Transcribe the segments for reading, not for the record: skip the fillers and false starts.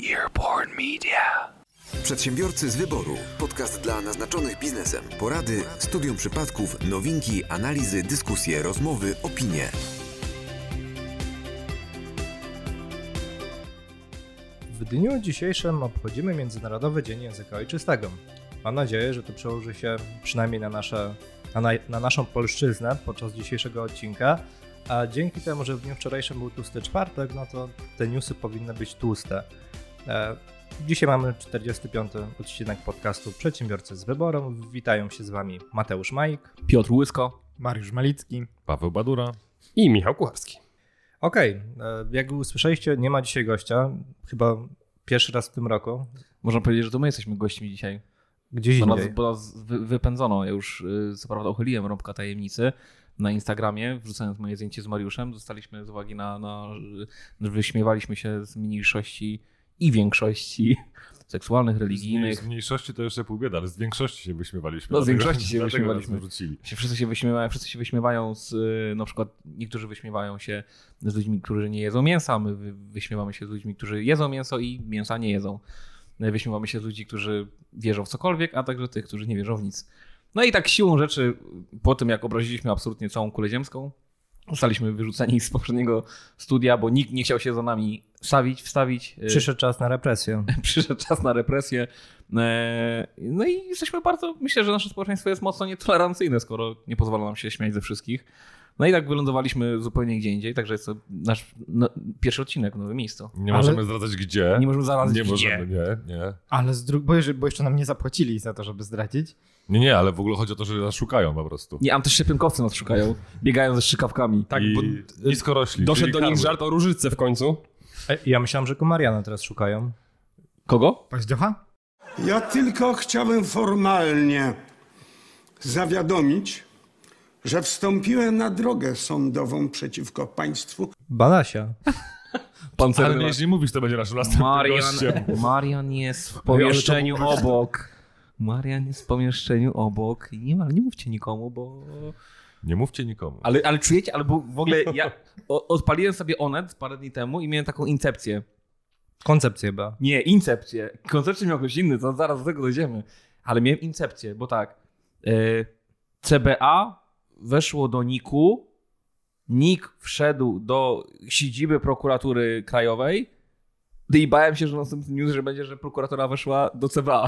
Earborn Media. Przedsiębiorcy z wyboru. Podcast dla naznaczonych biznesem. Porady, studium przypadków, nowinki, analizy, dyskusje, rozmowy, opinie. W dniu dzisiejszym obchodzimy Międzynarodowy Dzień Języka Ojczystego. Mam nadzieję, że to przełoży się przynajmniej na naszą polszczyznę podczas dzisiejszego odcinka, a dzięki temu, że w dniu wczorajszym był tłusty czwartek, no to te newsy powinny być tłuste. Dzisiaj mamy 45. odcinek podcastu Przedsiębiorcy z wyboru. Witają się z Wami Mateusz Majk, Piotr Łysko, Mariusz Malicki, Paweł Badura i Michał Kucharski. Okej, jak usłyszeliście, nie ma dzisiaj gościa, chyba pierwszy raz w tym roku. Można powiedzieć, że to my jesteśmy gośćmi dzisiaj. Gdzieś indziej. Bo nas wypędzono. Ja już co prawda uchyliłem rąbka tajemnicy na Instagramie, wrzucając moje zdjęcie z Mariuszem. Zostaliśmy z uwagi na wyśmiewaliśmy się z mniejszości i większości seksualnych, religijnych. Z mniejszości to jeszcze pół bieda, ale z większości się wyśmiewaliśmy. No z większości się wyśmiewaliśmy. Wszyscy się wyśmiewają na przykład niektórzy wyśmiewają się z ludźmi, którzy nie jedzą mięsa, my wyśmiewamy się z ludźmi, którzy jedzą mięso i mięsa nie jedzą. Wyśmiewamy się z ludzi, którzy wierzą w cokolwiek, a także tych, którzy nie wierzą w nic. No i tak siłą rzeczy, po tym jak obraziliśmy absolutnie całą kulę ziemską, zostaliśmy wyrzuceni z poprzedniego studia, bo nikt nie chciał się za nami wstawić. Przyszedł czas na represję. Przyszedł czas na represję. No i jesteśmy myślę, że nasze społeczeństwo jest mocno nietolerancyjne, skoro nie pozwala nam się śmiać ze wszystkich. No i tak wylądowaliśmy zupełnie gdzie indziej, także jest to nasz pierwszy odcinek w nowym miejscu. Nie możemy zdradzać gdzie. Nie możemy zdradzać nie gdzie. Możemy, nie. Ale bo jeszcze nam nie zapłacili za to, żeby zdradzić. Nie, ale w ogóle chodzi o to, że nas szukają po prostu. Nie, antyszczepionkowcy nas szukają, biegają ze strzykawkami. Tak, bo niskorośli. Doszedł do nich żart o różyce w końcu. Ja myślałem, że Mariana teraz szukają. Kogo? Paździocha? Ja tylko chciałem formalnie zawiadomić, że wstąpiłem na drogę sądową przeciwko państwu. Banasia. Ale jeśli mówisz, to będzie naszym następnym gościem. Marian jest w pomieszczeniu obok. Marian jest w pomieszczeniu obok. Nie mówcie nikomu, bo... Nie mówcie nikomu. Ale czujecie, albo w ogóle ja odpaliłem sobie Onet parę dni temu i miałem taką incepcję. Koncepcję chyba. Nie, incepcję. Koncepcję miał ktoś inny, to zaraz do tego dojdziemy. Ale miałem incepcję, bo tak. CBA weszło do NIK-u. NIK wszedł do siedziby prokuratury krajowej. I bałem się, że następny news, że będzie, że prokuratura weszła do CBA.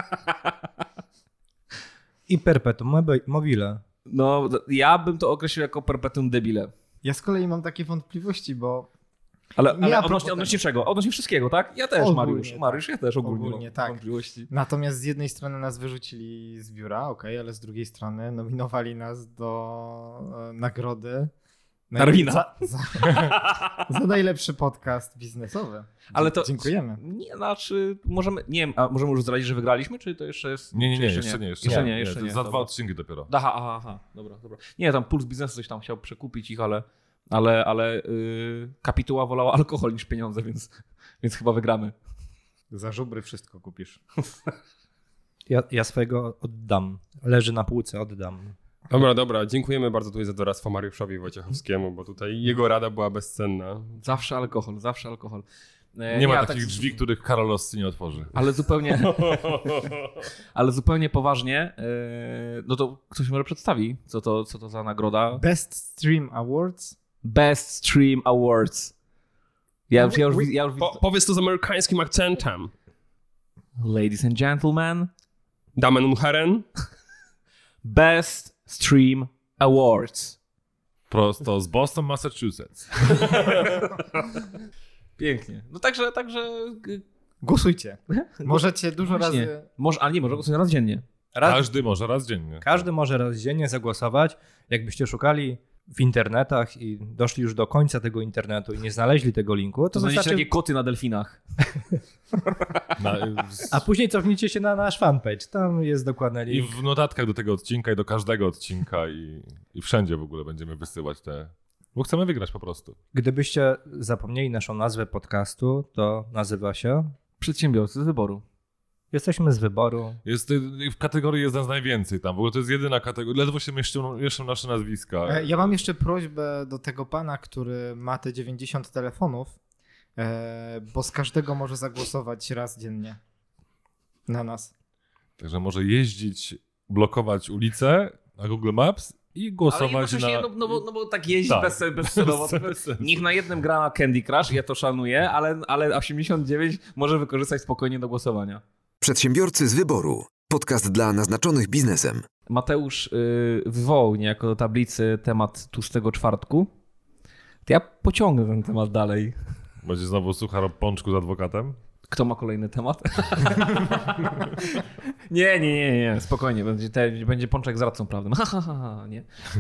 I perpetuum mobile. No, ja bym to określił jako perpetuum debile. Ja z kolei mam takie wątpliwości, bo... Ale odnośnie czego? Odnośnie wszystkiego, tak? Ja też, ogólnie, Mariusz, ja też ogólnie mam tak. wątpliwości. Natomiast z jednej strony nas wyrzucili z biura, ale z drugiej strony nominowali nas do nagrody Darwina. Za najlepszy podcast biznesowy. Ale to dziękujemy. Nie, znaczy możemy, nie wiem, a możemy już zdradzić, że wygraliśmy, czy to jeszcze jest? Jeszcze nie. Jeszcze nie. Za 2 odcinki dopiero. Aha, dobra. Nie, tam Puls Biznesu coś tam chciał przekupić ich, ale kapituła wolała alkohol niż pieniądze, więc chyba wygramy. Za żubry wszystko kupisz. Ja swojego oddam. Leży na półce, oddam. Dobra, dziękujemy bardzo tutaj za doradztwo Mariuszowi Wojciechowskiemu, bo tutaj jego rada była bezcenna. Zawsze alkohol. Nie ma takich drzwi, których Karol Ossy nie otworzy. Ale zupełnie poważnie, no to ktoś może przedstawi, co to za nagroda. Best Stream Awards. Ja już Powiedz to z amerykańskim akcentem. Ladies and gentlemen. Damen und Herren. Best Stream Awards. Prosto z Boston, Massachusetts. Pięknie. No także... Głosujcie. Możecie dużo razy... Może głosować raz dziennie. Każdy może raz dziennie. Każdy może raz dziennie zagłosować. Jakbyście szukali w internetach i doszli już do końca tego internetu i nie znaleźli tego linku, to znajdziecie takie koty na delfinach. A później cofnijcie się na nasz fanpage. Tam jest dokładny link. I w notatkach do tego odcinka i do każdego odcinka i wszędzie w ogóle będziemy wysyłać te... Bo chcemy wygrać po prostu. Gdybyście zapomnieli naszą nazwę podcastu, to nazywa się... Przedsiębiorcy z wyboru. Jesteśmy z wyboru. W kategorii jest nas najwięcej tam. W ogóle to jest jedyna kategoria. Ledwo się mieszczą nasze nazwiska. Ja mam jeszcze prośbę do tego pana, który ma te 90 telefonów, bo z każdego może zagłosować raz dziennie na nas. Także może jeździć, blokować ulice na Google Maps i głosować na... No bo tak jeździć bezcelowo. Niech na jednym gra na Candy Crush, ja to szanuję, ale 89 może wykorzystać spokojnie do głosowania. Przedsiębiorcy z wyboru. Podcast dla naznaczonych biznesem. Mateusz wywołał niejako do tablicy temat tłustego czwartku. To ja pociągnę ten temat dalej. Będzie znowu suchar o pączku z adwokatem? Kto ma kolejny temat? Nie, spokojnie, będzie pączek z racją prawdą. Nie.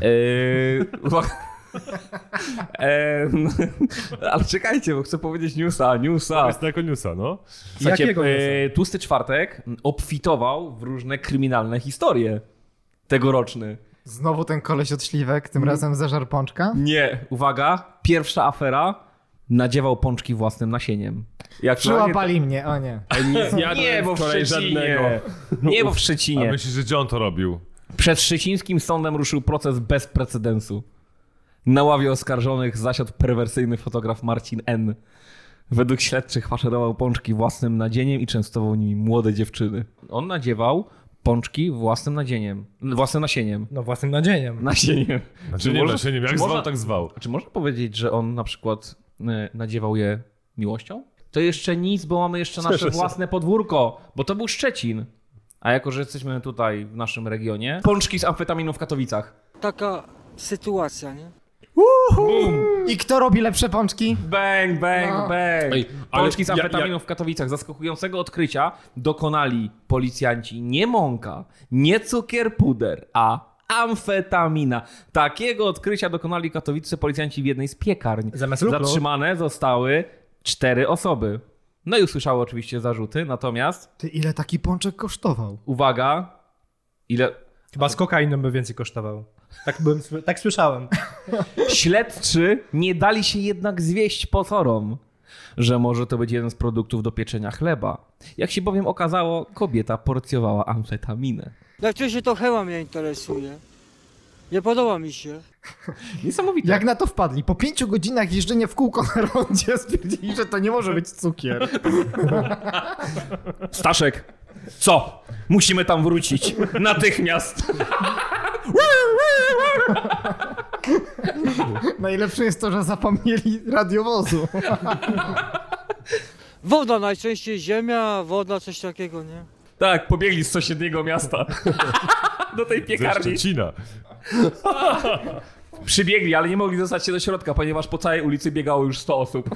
Ale czekajcie, bo chcę powiedzieć newsa. Jest to jako newsa, no. Słuchajcie, Tłusty Czwartek obfitował w różne kryminalne historie tegoroczny. Znowu ten koleś od śliwek, tym razem zażar pączka? Nie, uwaga, pierwsza afera, nadziewał pączki własnym nasieniem. Przyłapali mnie, o nie. Nie, bo w Szczecinie. Nie, bo w Szczecinie. A myślisz, że gdzie on to robił? Przed szczecińskim sądem ruszył proces bez precedensu. Na ławie oskarżonych zasiadł perwersyjny fotograf Marcin N. Według śledczych faszerował pączki własnym nadzieniem i częstował nimi młode dziewczyny. On nadziewał pączki własnym nasieniem. No własnym nadzieniem. Nasieniem. Nasieniem, jak zwał, tak zwał. Czy można powiedzieć, że on na przykład nadziewał je miłością? To jeszcze nic, bo mamy jeszcze nasze własne podwórko, bo to był Szczecin. A jako, że jesteśmy tutaj w naszym regionie, pączki z amfetaminą w Katowicach. Taka sytuacja, nie? I kto robi lepsze pączki? Bang. Pączki z amfetaminą w Katowicach. Zaskakującego odkrycia dokonali policjanci nie mąka, nie cukier puder, a amfetamina. Takiego odkrycia dokonali katowiccy policjanci w jednej z piekarń. Zamiast lukru. Zatrzymane zostały 4 osoby. No i usłyszały oczywiście zarzuty, natomiast... Ty, ile taki pączek kosztował? Uwaga, ile... Chyba z kokainą by więcej kosztował. Tak słyszałem. Śledczy nie dali się jednak zwieść pozorom, że może to być jeden z produktów do pieczenia chleba. Jak się bowiem okazało, kobieta porcjowała amfetaminę. Jak wcześniej to heła mnie interesuje. Nie podoba mi się. Niesamowite. Jak na to wpadli? Po 5 godzinach jeżdżenia w kółko na rondzie stwierdzili, że to nie może być cukier. Staszek, co? Musimy tam wrócić. Natychmiast. Najlepsze jest to, że zapomnieli radiowozu. Woda najczęściej, ziemia, woda, coś takiego, nie? Tak, pobiegli z sąsiedniego miasta. Do tej Ze piekarni. Szczecina. Przybiegli, ale nie mogli dostać się do środka, ponieważ po całej ulicy biegało już 100 osób.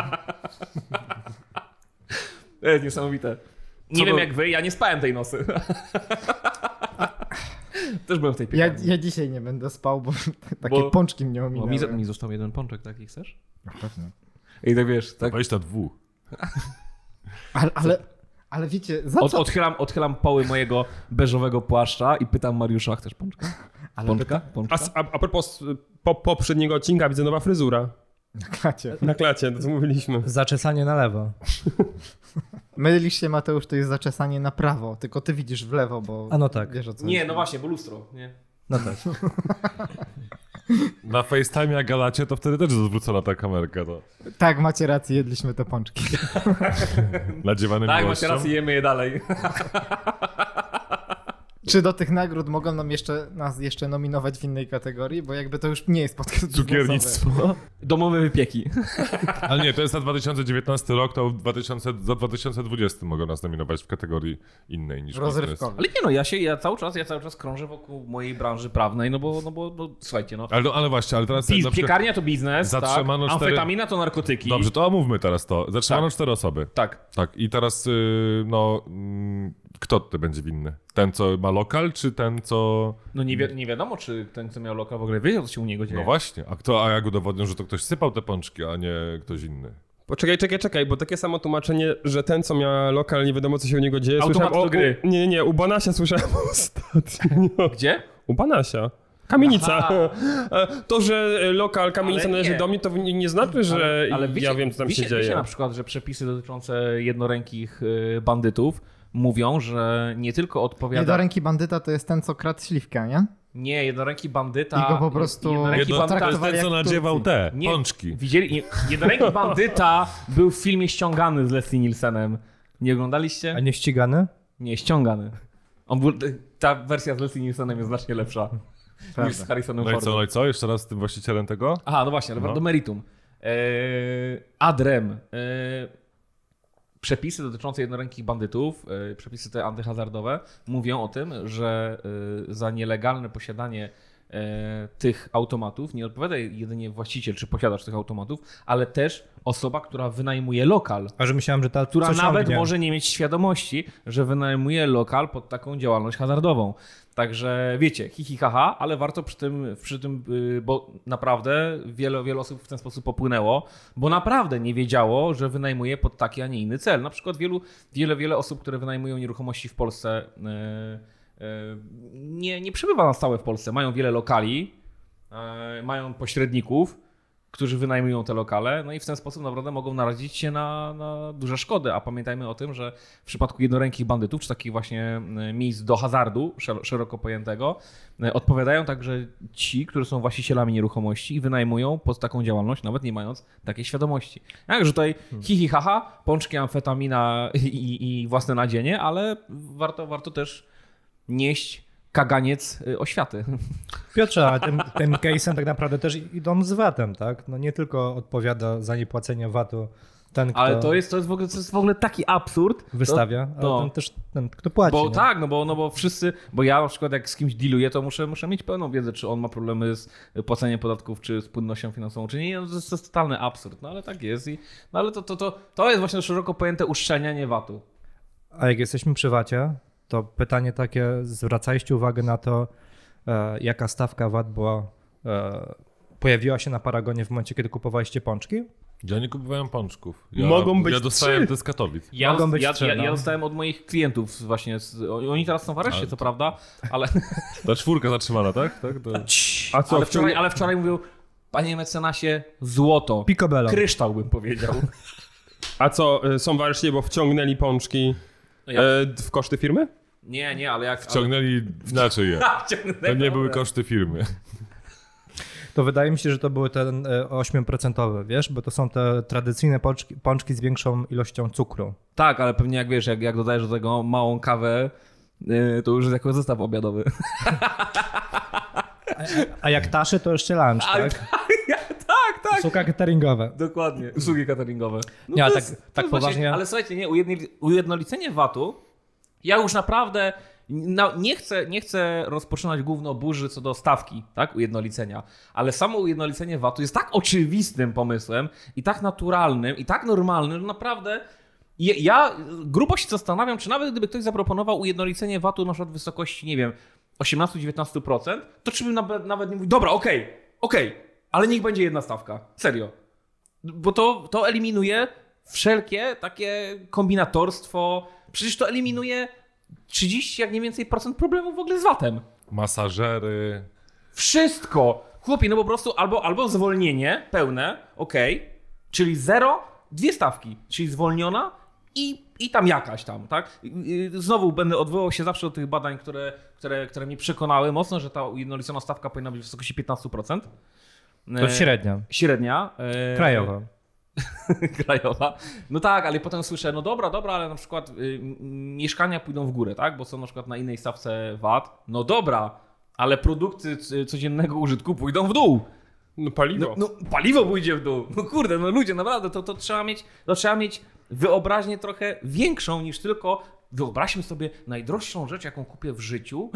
Niesamowite. Nie wiem jak wy, ja nie spałem tej nocy. Też byłem w tej piekarni. Ja dzisiaj nie będę spał, bo takie pączki mnie ominęły. Mi został jeden pączek, taki chcesz? Na pewno. I tak wiesz, tak? 22. Ale wiecie, za co? Odchylam poły mojego beżowego płaszcza i pytam Mariusza, chcesz pączka? Pączka? A propos poprzedniego odcinka widzę nowa fryzura. Na klacie, to co mówiliśmy. Zaczesanie na lewo. Mylisz się, Mateusz, to jest zaczesanie na prawo, tylko ty widzisz w lewo, bo no tak. Wiesz o co Nie, jest. no właśnie, bo lustro. Nie. No tak. Na FaceTime jak gadacie, to wtedy też jest zwrócona ta kamerka. To. Tak, macie rację, jedliśmy te pączki. Nadziewanym Tak, miłością. macie rację, jemy je dalej. Czy do tych nagród mogą nas jeszcze nominować w innej kategorii? Bo jakby to już nie jest podcast Cukiernictwo. Domowe wypieki. Ale nie, to jest na 2019 rok, to za 2020 mogą nas nominować w kategorii innej niż rozrywkowy. Ale nie no, ja cały czas krążę wokół mojej branży prawnej, no bo słuchajcie, no. Ale właśnie, ale teraz... Piekarnia to biznes, zatrzymano tak? Amfetamina to narkotyki. Dobrze, to omówmy teraz to. Zatrzymano 4 osoby. Tak. Tak, i teraz kto tutaj będzie winny? Ten, co ma lokal, czy ten, co... No nie wiadomo, czy ten, co miał lokal w ogóle wiedział, co się u niego dzieje. No właśnie, a jak udowodnią, że to ktoś sypał te pączki, a nie ktoś inny? Poczekaj, bo takie samo tłumaczenie, że ten, co miał lokal, nie wiadomo, co się u niego dzieje. Automat do gry. Nie, u Banasia słyszałem ostatnio. Gdzie? U Banasia. Kamienica. To, że lokal, kamienica należy do mnie, to nie znaczy, że ale ja wiem, co tam się dzieje. Wiecie na przykład, że przepisy dotyczące jednorękich bandytów mówią, że nie tylko odpowiada... Jednoręki bandyta to jest ten, co kradł śliwkę, nie? Nie, jednoręki bandyta... I go po prostu To jest ten, co nadziewał te pączki. Widzieli? Jednoręki bandyta był w filmie ściągany z Leslie Nielsenem. Nie oglądaliście? A nie ścigany? Nie, ściągany. Ta wersja z Leslie Nielsenem jest znacznie lepsza niż z Harrisonem Fordem. No i co? Jeszcze raz z tym właścicielem tego? Aha, no właśnie, ale do meritum. Adrem. Przepisy dotyczące jednorękich bandytów, przepisy te antyhazardowe mówią o tym, że za nielegalne posiadanie tych automatów nie odpowiada jedynie właściciel czy posiadacz tych automatów, ale też osoba, która wynajmuje lokal. A że myślałem, że która nawet może nie mieć świadomości, że wynajmuje lokal pod taką działalność hazardową. Także wiecie, haha, ale warto przy tym, bo naprawdę wiele osób w ten sposób popłynęło, bo naprawdę nie wiedziało, że wynajmuje pod taki, a nie inny cel. Na przykład wiele osób, które wynajmują nieruchomości w Polsce, nie przebywa na stałe w Polsce. Mają wiele lokali, mają pośredników, którzy wynajmują te lokale, no i w ten sposób naprawdę mogą narazić się na duże szkody. A pamiętajmy o tym, że w przypadku jednorękich bandytów, czy takich właśnie miejsc do hazardu szeroko pojętego, odpowiadają także ci, którzy są właścicielami nieruchomości i wynajmują pod taką działalność, nawet nie mając takiej świadomości. Także tutaj haha, pączki, amfetamina i własne nadzienie, ale warto też nieść kaganiec oświaty. Piotrze, ale tym case'em tak naprawdę też idą z VAT-em, tak? No nie tylko odpowiada za niepłacenie VAT-u ten, kto... Ale to jest w ogóle taki absurd. Wystawia, ale ten też ten, kto płaci. Bo tak, bo wszyscy, bo ja na przykład jak z kimś dealuję, to muszę mieć pełną wiedzę, czy on ma problemy z płaceniem podatków, czy z płynnością finansową, czy nie. No, to jest totalny absurd, no ale tak jest. Ale to jest właśnie szeroko pojęte uszczelnianie VAT-u. A jak jesteśmy przy VAT-ie, to pytanie takie, zwracaliście uwagę na to, jaka stawka VAT pojawiła się na Paragonie w momencie, kiedy kupowaliście pączki? Ja nie kupowałem pączków. Mogą być Ja dostałem te z Katowic. Mogą być trzy, ja dostałem od moich klientów właśnie. Oni teraz są w areszcie, co prawda, ale... Ta 4 zatrzymana, tak? A co, ale wczoraj mówił, panie mecenasie, złoto. Picobello. Kryształ bym powiedział. A co, są w areszcie, bo wciągnęli pączki w koszty firmy? Nie, ale jak... Wciągnęli inaczej je. To nie były koszty firmy. To wydaje mi się, że to były te 8%, wiesz, bo to są te tradycyjne pączki z większą ilością cukru. Tak, ale pewnie jak wiesz, jak dodajesz do tego małą kawę, to już jest jako zestaw obiadowy. A jak taszy, to jeszcze lunch, tak? Tak. Usługa cateringowe. Dokładnie, usługi cateringowe. No nie, ale to tak jest poważnie. Właśnie, ale słuchajcie, nie, ujednolicenie VAT-u, ja już naprawdę nie chcę rozpoczynać gówno burzy co do stawki, tak, ujednolicenia, ale samo ujednolicenie VAT-u jest tak oczywistym pomysłem i tak naturalnym i tak normalnym, że naprawdę ja grubo się zastanawiam, czy nawet gdyby ktoś zaproponował ujednolicenie VAT-u na przykład w wysokości, nie wiem, 18-19%, to czy bym nawet nie mówił, dobra, okej, ale niech będzie jedna stawka. Serio. Bo to eliminuje wszelkie takie kombinatorstwo. Przecież to eliminuje 30, jak nie więcej, procent problemów w ogóle z VAT-em. Masażery. Wszystko. Chłopie, no po prostu albo zwolnienie pełne, czyli 0, 2 stawki, czyli zwolniona i tam jakaś tam, tak? Znowu będę odwołał się zawsze do tych badań, które mnie przekonały mocno, że ta ujednolicona stawka powinna być w wysokości 15%. To jest średnia. Średnia. Krajowa. Krajowa. No tak, ale potem słyszę, no dobra, ale na przykład mieszkania pójdą w górę, tak? Bo są na przykład na innej stawce VAT. No dobra, ale produkty codziennego użytku pójdą w dół. No paliwo. No paliwo pójdzie w dół. No kurde, no ludzie, naprawdę, to trzeba mieć wyobraźnię trochę większą niż tylko wyobraźmy sobie najdroższą rzecz, jaką kupię w życiu.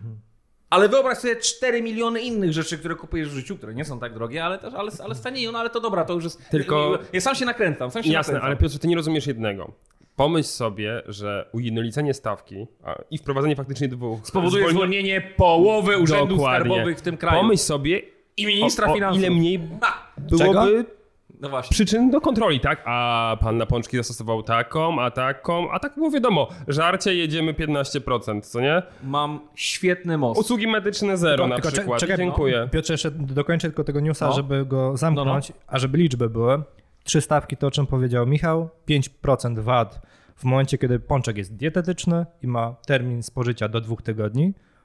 Ale wyobraź sobie 4 miliony innych rzeczy, które kupujesz w życiu, które nie są tak drogie, ale stanieją, no ale to dobra, to już jest... Tylko... Ja sam się nakręcam, Jasne, ale Piotrze, ty nie rozumiesz jednego. Pomyśl sobie, że ujednolicenie stawki i wprowadzenie faktycznie 2... spowoduje zwolnienie połowy urzędów skarbowych w tym kraju. Pomyśl sobie... I ministra finansów. Ile mniej byłoby... No właśnie. Przyczyn do kontroli, tak? A pan na pączki zastosował taką, a tak było wiadomo. Żarcie jedziemy 15%, co nie? Mam świetny most. Usługi medyczne 0 na przykład. Czekaj, dziękuję. Piotrze, jeszcze dokończę tylko tego newsa, żeby go zamknąć, a żeby liczby były. 3 stawki to, o czym powiedział Michał, 5% VAT w momencie, kiedy pączek jest dietetyczny i ma termin spożycia do 2 tygodni,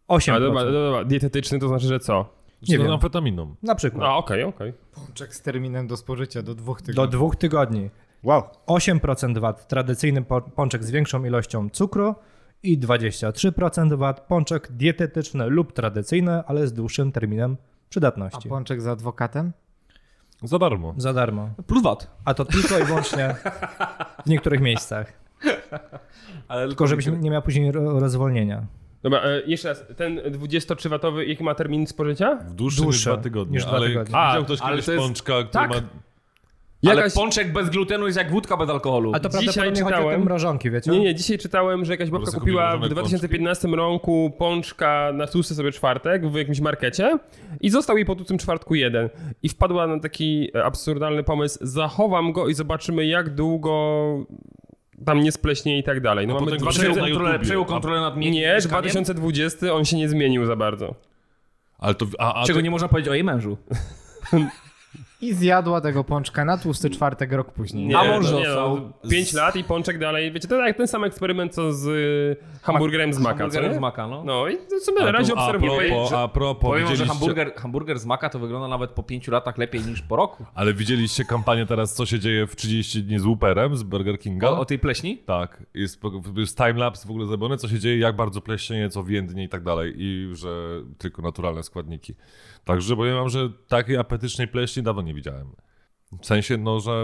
8%. A dobra, dietetyczny to znaczy, że co? Nie wiem. Amfetaminą. Na przykład. A, okej. Pączek z terminem do spożycia do 2 tygodni. Do 2 tygodni. Wow. 8% wad tradycyjny pączek z większą ilością cukru i 23% wad pączek dietetyczny lub tradycyjny, ale z dłuższym terminem A przydatności. pączek z adwokatem? Za darmo. Za darmo. Plus VAT. A to tylko i wyłącznie w niektórych miejscach. Ale Tylko żebyś nie miał później rozwolnienia. Dobra, jeszcze raz. Ten 23-watowy, jaki ma termin spożycia? W dłuższym niż 2 tygodnie. niż 2 ale tygodnie. widział ktoś ale kiedyś to jest- pączka, który tak. ma... Ale Jakaś... pączek bez glutenu jest jak wódka bez alkoholu. A to Dzisiaj prawdopodobnie chodzi o te czytałem- mrożonki, wiecie? Nie, dzisiaj czytałem, że jakaś babka prostu kupiła kupił w 2015 roku pączka na tłusty sobie czwartek w jakimś markecie i został jej po tłustym czwartku jeden. I wpadła na taki absurdalny pomysł, zachowam go i zobaczymy jak długo tam nie spleśnie i tak dalej. No A mamy potem go 2000... przejął na YouTubie. Przejął kontrolę nad Nie, mieszkaniem? 2020 on się nie zmienił za bardzo. Ale to... Czego nie można powiedzieć o jej mężu. I zjadła tego pączka na tłusty czwartek rok później. Nie, A może no, są 5 lat i pączek dalej. Wiecie, to tak ten sam eksperyment co z hamburgerem z maka, co Hamburgerem nie? z maka, no. No i to sobie na razie obserwuję. A propos, Powiem wam, że widzieliście... hamburger z maka to wygląda nawet po 5 latach lepiej niż po roku. Ale widzieliście kampanię teraz, co się dzieje w 30 dni z Whopperem, z Burger Kinga? O tej pleśni? Tak, jest timelapse w ogóle zrobiony, co się dzieje, jak bardzo pleśnieje, co więdnie i tak dalej i że tylko naturalne składniki. Także powiem wam, że takiej apetycznej pleśni dawno nie widziałem. W sensie, no, że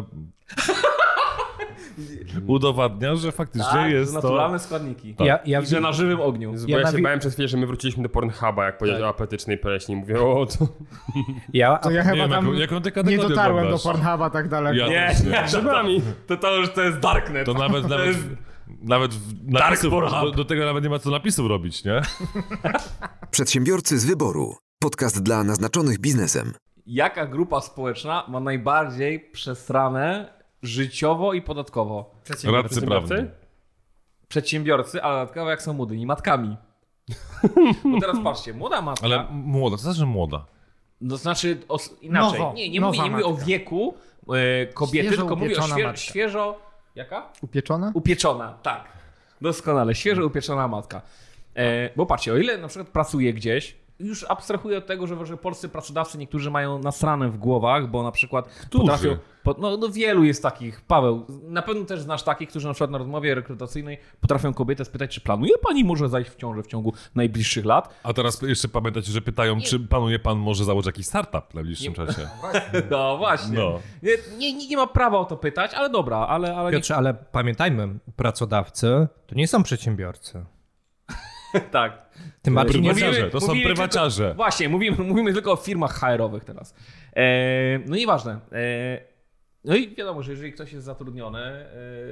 udowadnia, że faktycznie jest to... naturalne składniki. Tak. I że na żywym ogniu. Bo ja się bałem przez chwilę, że my wróciliśmy do Pornhuba, jak powiedział o apetycznej pleśni. Mówię, o to... To ja Nie chyba wiem, tam jaką ty nie kategorię dotarłem do oglądasz? Pornhuba tak daleko. Ja Nie, Grzybami. to jest darknet. To nawet napisów, do tego nawet nie ma co napisów robić, nie? Przedsiębiorcy z wyboru. Podcast dla naznaczonych biznesem. Jaka grupa społeczna ma najbardziej przesrane życiowo i podatkowo? Radcy prawni. Przedsiębiorcy, ale dodatkowo jak są młodymi matkami. Bo teraz patrzcie, młoda matka... Ale młoda, to znaczy młoda. To znaczy inaczej. Nowo, nie nowa mówię o matka. wieku kobiety, Świeżo tylko mówię o upieczona matka. świeżo... Jaka? Upieczona? Upieczona, tak. Doskonale, świeżo upieczona matka. Bo patrzcie, o ile na przykład pracuję gdzieś, już abstrahuję od tego, że polscy pracodawcy niektórzy mają nasrane w głowach, bo na przykład potrafią... No wielu jest takich. Paweł, na pewno też znasz takich, którzy na przykład na rozmowie rekrutacyjnej potrafią kobietę spytać, czy planuje pani może zajść w ciążę w ciągu najbliższych lat? A teraz jeszcze pamiętajcie, że pytają, czy planuje pan może założyć jakiś startup w najbliższym czasie. No właśnie. No. Nie ma prawa o to pytać, ale dobra, ale Piotrze, ale pamiętajmy, pracodawcy to nie są przedsiębiorcy. tak. Tym bardziej nie Prywaciarze, to są prywaciarze. Właśnie, mówimy tylko o firmach HR-owych teraz. No nieważne. No i wiadomo, że jeżeli ktoś jest zatrudniony,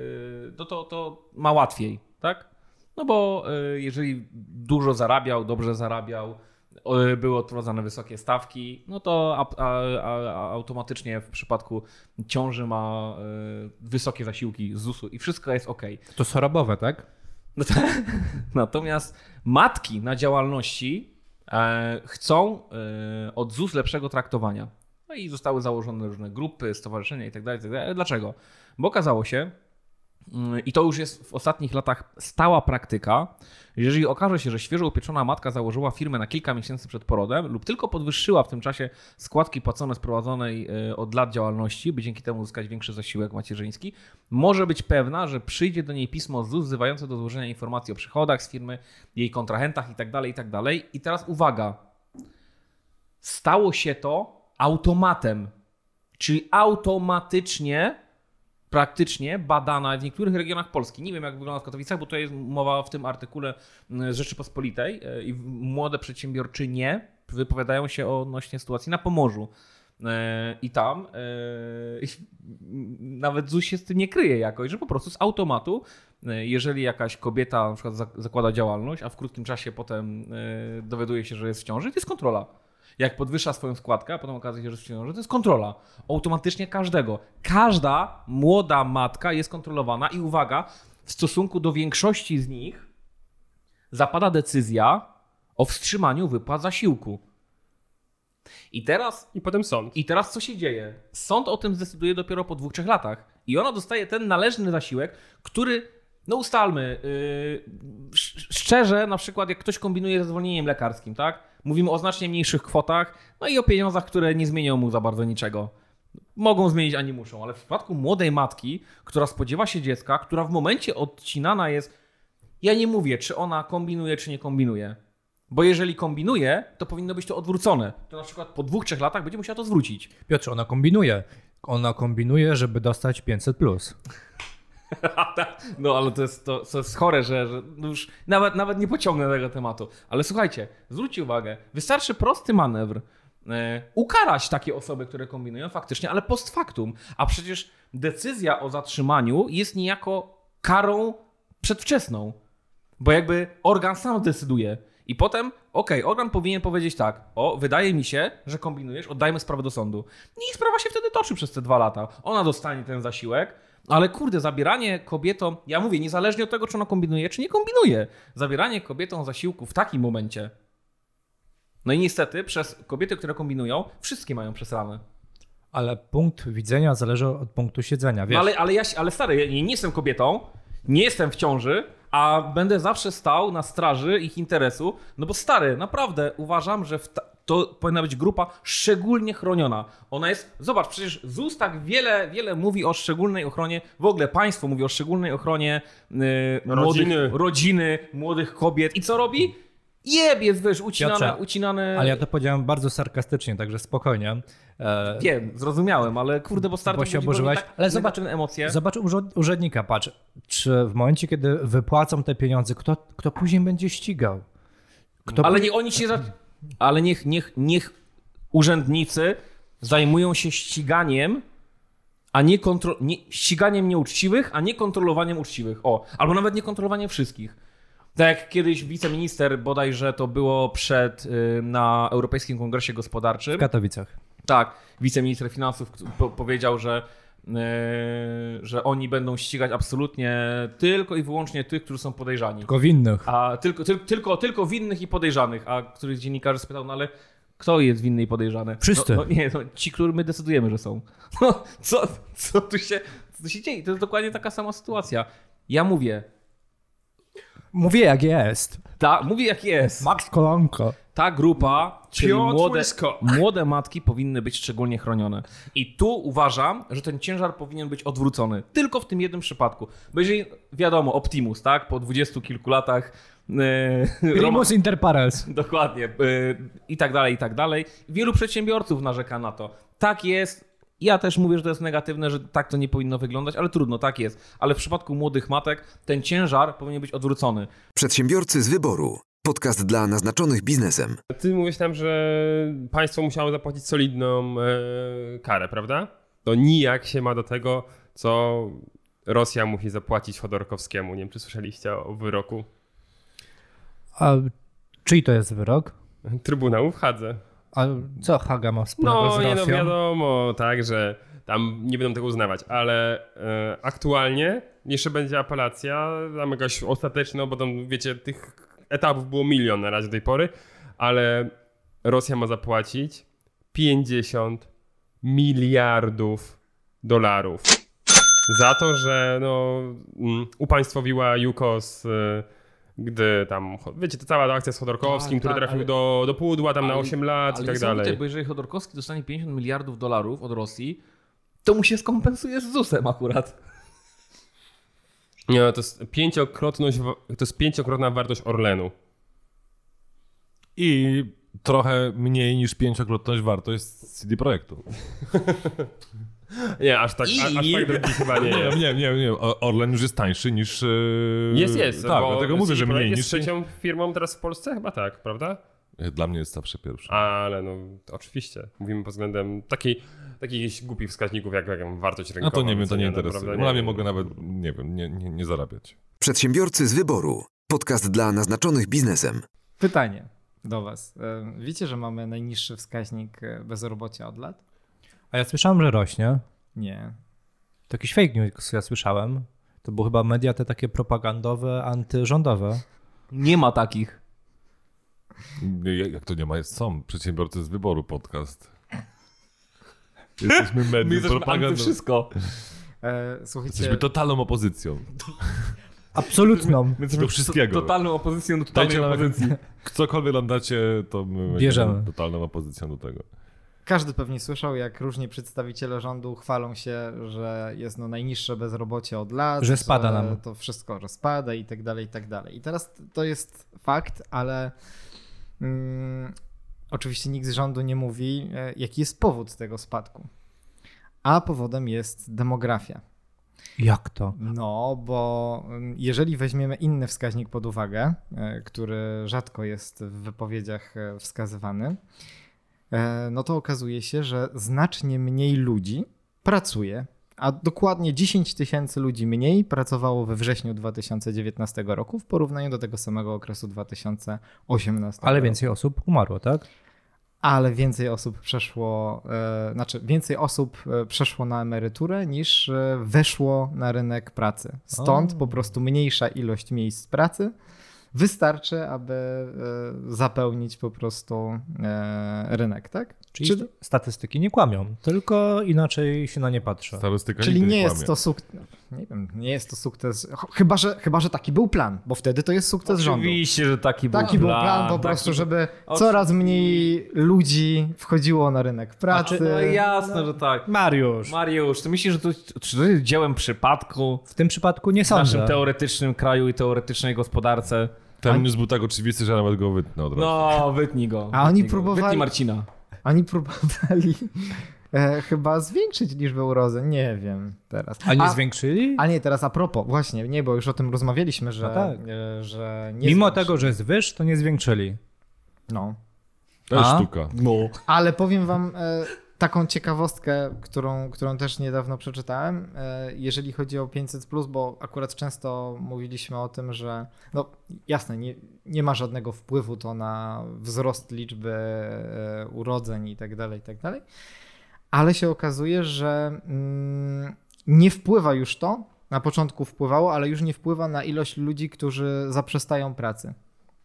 to ma łatwiej, tak? No bo jeżeli dużo zarabiał, dobrze zarabiał, były odprowadzane wysokie stawki, no to automatycznie w przypadku ciąży ma wysokie zasiłki z ZUS-u i wszystko jest ok. To chorobowe, tak? Natomiast matki na działalności chcą od ZUS lepszego traktowania. No i zostały założone różne grupy, stowarzyszenia itd. Dlaczego? Bo okazało się, i to już jest w ostatnich latach stała praktyka, jeżeli okaże się, że świeżo upieczona matka założyła firmę na kilka miesięcy przed porodem lub tylko podwyższyła w tym czasie składki płacone z prowadzonej od lat działalności, by dzięki temu uzyskać większy zasiłek macierzyński, może być pewna, że przyjdzie do niej pismo z ZUS wzywające do złożenia informacji o przychodach z firmy, jej kontrahentach itd. I teraz uwaga, stało się to automatem, czyli automatycznie praktycznie badana w niektórych regionach Polski. Nie wiem, jak wygląda w Katowicach, bo to jest mowa w tym artykule z Rzeczypospolitej i młode przedsiębiorczynie wypowiadają się odnośnie sytuacji na Pomorzu. I tam nawet ZUS się z tym nie kryje jakoś, że po prostu z automatu, jeżeli jakaś kobieta na przykład zakłada działalność, a w krótkim czasie potem dowiaduje się, że jest w ciąży, to jest kontrola. Jak podwyższa swoją składkę, a potem okazuje się, że jest w ciąży, to jest kontrola. Automatycznie każdego. Każda młoda matka jest kontrolowana i uwaga, w stosunku do większości z nich zapada decyzja o wstrzymaniu wypłat zasiłku. I potem sąd. I teraz co się dzieje? Sąd o tym zdecyduje dopiero po 2-3 latach. I ona dostaje ten należny zasiłek, który No ustalmy, szczerze, na przykład jak ktoś kombinuje ze zwolnieniem lekarskim, tak? Mówimy o znacznie mniejszych kwotach, no i o pieniądzach, które nie zmienią mu za bardzo niczego. Mogą zmienić, a nie muszą, ale w przypadku młodej matki, która spodziewa się dziecka, która w momencie odcinana jest, ja nie mówię, czy ona kombinuje, czy nie kombinuje. Bo jeżeli kombinuje, to powinno być to odwrócone. To na przykład po 2-3 latach będzie musiała to zwrócić. Piotrze, ona kombinuje. Ona kombinuje, żeby dostać 500+. No ale to jest chore, że no już nawet nie pociągnę tego tematu. Ale słuchajcie, zwróćcie uwagę, wystarczy prosty manewr, ukarać takie osoby, które kombinują faktycznie, ale post factum. A przecież decyzja o zatrzymaniu jest niejako karą przedwczesną. Bo jakby organ sam decyduje. I potem, organ powinien powiedzieć tak, wydaje mi się, że kombinujesz, oddajmy sprawę do sądu. I sprawa się wtedy toczy przez te 2 lata. Ona dostanie ten zasiłek, ale kurde, zabieranie kobietom, ja mówię, niezależnie od tego, czy ona kombinuje, czy nie kombinuje, zabieranie kobietom zasiłku w takim momencie. No i niestety przez kobiety, które kombinują, wszystkie mają przesrane. Ale punkt widzenia zależy od punktu siedzenia, wiesz. No ale stary, ja nie jestem kobietą, nie jestem w ciąży, a będę zawsze stał na straży ich interesu, no bo stary, naprawdę uważam, że to powinna być grupa szczególnie chroniona. Ona jest, zobacz, przecież ZUS tak wiele mówi o szczególnej ochronie, w ogóle państwo mówi o szczególnej ochronie rodziny, młodych kobiet. I co robi? Jest, wiesz, ucinane... Ale ja to powiedziałem bardzo sarkastycznie, także spokojnie. Wiem, zrozumiałem, ale kurde, bo stary... Bo się oburzyłeś, tak ale zobacz emocje. Zobacz urzędnika, patrz, czy w momencie, kiedy wypłacą te pieniądze, kto później będzie ścigał? Ale niech oni się... Ale niech urzędnicy zajmują się ściganiem, a nie ściganiem nieuczciwych, a nie kontrolowaniem uczciwych. Albo nawet nie kontrolowaniem wszystkich. Tak jak kiedyś wiceminister, bodajże to było na Europejskim Kongresie Gospodarczym. W Katowicach. Tak, wiceminister finansów powiedział, że oni będą ścigać absolutnie tylko i wyłącznie tych, którzy są podejrzani. Tylko winnych. A tylko winnych i podejrzanych. A któryś z dziennikarzy spytał, no ale kto jest winny i podejrzany? Wszyscy. Ci, którzy my decydujemy, że są. Co tu się dzieje? To jest dokładnie taka sama sytuacja. Ja mówię jak jest. Mówię jak jest. Max Kolanko. Ta grupa, czyli młode matki powinny być szczególnie chronione. I tu uważam, że ten ciężar powinien być odwrócony. Tylko w tym jednym przypadku. Bo jeżeli, wiadomo, Optimus, tak? Po 20 kilku latach... Primus inter pares. Dokładnie. I tak dalej. Wielu przedsiębiorców narzeka na to. Tak jest. Ja też mówię, że to jest negatywne, że tak to nie powinno wyglądać, ale trudno, tak jest. Ale w przypadku młodych matek ten ciężar powinien być odwrócony. Przedsiębiorcy z wyboru. Podcast dla naznaczonych biznesem. Ty mówisz tam, że państwo musiało zapłacić solidną karę, prawda? To nijak się ma do tego, co Rosja musi zapłacić Chodorkowskiemu. Nie wiem, czy słyszeliście o wyroku? A czyj to jest wyrok? Trybunału w Hadze. A co Haga ma wspólnego z Rosją? No wiadomo, tak, że tam nie będą tego uznawać, ale aktualnie jeszcze będzie apelacja, tam jakaś ostateczna, bo tam wiecie, tych etapów było 1 000 000 na razie do tej pory, ale Rosja ma zapłacić $50 miliardów za to, że upaństwowiła Jukos, gdy tam, wiecie, to cała akcja z Chodorkowskim, który trafił do pudła tam na 8 lat i tak dalej. Bo jeżeli Chodorkowski dostanie $50 miliardów od Rosji, to mu się skompensuje z ZUS-em akurat. Nie, to jest pięciokrotna wartość Orlenu. I trochę mniej niż 5-krotność wartość CD Projektu. Nie, aż tak drogi chyba nie jest. Nie. Orlen już jest tańszy niż... Jest. Tak, dlatego mówię, że mniej niż... jest trzecią firmą teraz w Polsce? Chyba tak, prawda? Dla mnie jest zawsze pierwszy. Ale oczywiście. Mówimy pod względem takich głupich wskaźników, jak wartość rynkowa. No to nie wiem, to nie interesuje. Dla mnie mogę nawet, nie wiem, nie zarabiać. Przedsiębiorcy z wyboru. Podcast dla naznaczonych biznesem. Pytanie do was. Wiecie, że mamy najniższy wskaźnik bezrobocia od lat? A ja słyszałem, że rośnie. Nie. To jakiś fake news ja słyszałem. To były chyba media te takie propagandowe, antyrządowe. Nie ma takich. Jak to nie ma? Są Przedsiębiorcy z wyboru podcast. Jesteśmy medium propagandą. Wszystko. Słuchajcie, Jesteśmy totalną opozycją. Absolutną. Do wszystkiego. Totalną opozycją do totalnej Dajcie nam opozycji. Cokolwiek nam dacie, to my Bierzemy. będziemy totalną opozycją do tego. Każdy pewnie słyszał, jak różni przedstawiciele rządu chwalą się, że jest najniższe bezrobocie od lat. Że spada nam. To wszystko, że spada i tak dalej, i tak dalej. I teraz to jest fakt, ale oczywiście nikt z rządu nie mówi, jaki jest powód tego spadku. A powodem jest demografia. Jak to? No, bo jeżeli weźmiemy inny wskaźnik pod uwagę, który rzadko jest w wypowiedziach wskazywany, no to okazuje się, że znacznie mniej ludzi pracuje, a dokładnie 10 000 ludzi mniej pracowało we wrześniu 2019 roku w porównaniu do tego samego okresu 2018 Ale roku. więcej osób umarło, tak? Ale więcej osób przeszło na emeryturę niż weszło na rynek pracy. Stąd po prostu mniejsza ilość miejsc pracy wystarczy, aby zapełnić po prostu rynek, tak? Czyli statystyki nie kłamią, tylko inaczej się na nie patrzy. Statystyka Czyli nigdy nie kłamie. jest to sukces. Nie wiem, nie jest to sukces. Chyba, że taki był plan, bo wtedy to jest sukces rządu. Oczywiście, że taki był Taki był plan po prostu, żeby coraz mniej ludzi wchodziło na rynek pracy. No jasne, że tak. Mariusz, ty myślisz, że czy to jest dziełem przypadku W tym przypadku nie w naszym sądzę. teoretycznym kraju i teoretycznej gospodarce? Ten news był tak oczywisty, że nawet go wytnę od razu. No, wytnij go. A oni Wytnij go. próbowali- Wytnij Marcina. Oni próbowali chyba zwiększyć liczbę urodzeń. Nie wiem teraz. A nie zwiększyli? A nie, teraz a propos, właśnie, nie, bo już o tym rozmawialiśmy, że, No tak. że nie Mimo zwiększyli. tego, że jest wyż, to nie zwiększyli. No. To jest A? sztuka. Ale powiem wam taką ciekawostkę, którą też niedawno przeczytałem, jeżeli chodzi o 500+, bo akurat często mówiliśmy o tym, że no jasne, nie ma żadnego wpływu to na wzrost liczby urodzeń i tak dalej, ale się okazuje, że nie wpływa już to, na początku wpływało, ale już nie wpływa na ilość ludzi, którzy zaprzestają pracy.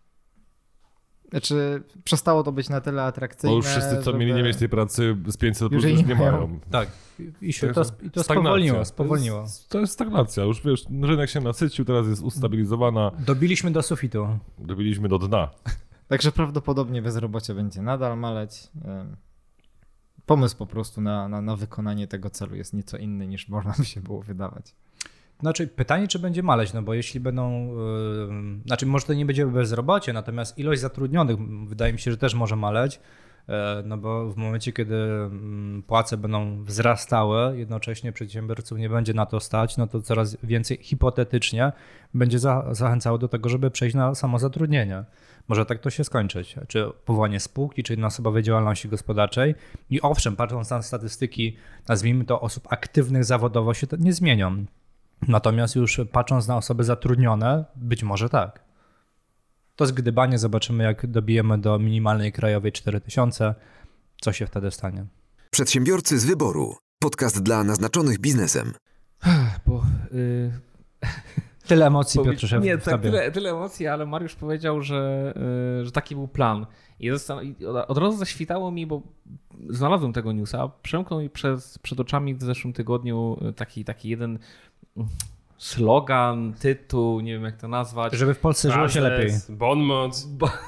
Znaczy, przestało to być na tyle atrakcyjne. Bo już wszyscy, co mieli nie mieć tej pracy z 500 Już już jej nie nie mają. mają. Tak. I to Stagnacja. spowolniło. To jest stagnacja. Już wiesz, rynek się nasycił, teraz jest ustabilizowana. Dobiliśmy do sufitu. Dobiliśmy do dna. Także prawdopodobnie bezrobocie będzie nadal maleć. Pomysł po prostu na wykonanie tego celu jest nieco inny niż można by się było wydawać. Znaczy pytanie, czy będzie maleć, no bo jeśli będą, znaczy może to nie będzie bezrobocie, natomiast ilość zatrudnionych wydaje mi się, że też może maleć, no bo w momencie, kiedy płace będą wzrastały, jednocześnie przedsiębiorców nie będzie na to stać, no to coraz więcej hipotetycznie będzie zachęcało do tego, żeby przejść na samozatrudnienie. Może tak to się skończyć, czy powołanie spółki, czy jednoosobowej działalności gospodarczej. I owszem, patrząc na statystyki, nazwijmy to osób aktywnych zawodowo, się to nie zmienią. Natomiast już patrząc na osoby zatrudnione, być może tak. To zgdybanie, zobaczymy jak dobijemy do minimalnej krajowej 4000, co się wtedy stanie. Przedsiębiorcy z wyboru. Podcast dla naznaczonych biznesem. Bo, Tyle emocji, Piotrze, nie, w tak, tobie. tyle emocji, ale Mariusz powiedział, że taki był plan. I od razu zaświtało mi, bo znalazłem tego newsa, przemknął mi przed oczami w zeszłym tygodniu taki jeden slogan, tytuł, nie wiem jak to nazwać. Żeby w Polsce żyło się lepiej. Bon mot.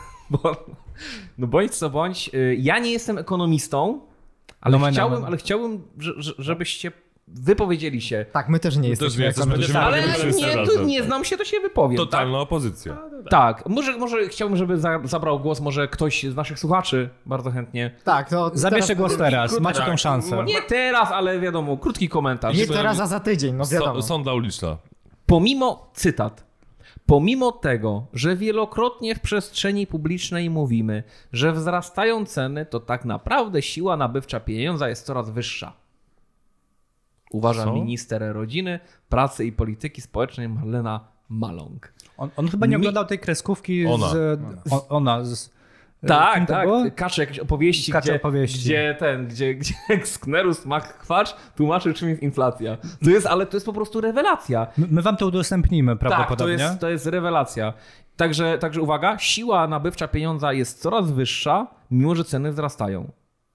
No bądź co bądź, ja nie jestem ekonomistą, ale chciałbym, żebyście wypowiedzieli się. Tak, my też nie jesteśmy. Ale nie znam się, to się wypowiem. Totalna opozycja. Tak, może chciałbym, żeby zabrał głos może ktoś z naszych słuchaczy, bardzo chętnie. Tak, to Zabierzcie głos teraz, macie tą szansę. Nie teraz, ale wiadomo, krótki komentarz. Nie teraz, a za tydzień, no wiadomo. Sonda uliczna. Pomimo tego, że wielokrotnie w przestrzeni publicznej mówimy, że wzrastają ceny, to tak naprawdę siła nabywcza pieniądza jest coraz wyższa. Uważa minister rodziny, pracy i polityki społecznej Marlena Maląg. On chyba nie oglądał tej kreskówki Ona. Tak. Kacze jakieś opowieści, opowieści. gdzie Sknerus McQuarrie tłumaczył, czym jest inflacja. Ale to jest po prostu rewelacja. My wam to udostępnimy prawdopodobnie. Tak, to jest rewelacja. Także uwaga, siła nabywcza pieniądza jest coraz wyższa, mimo że ceny wzrastają.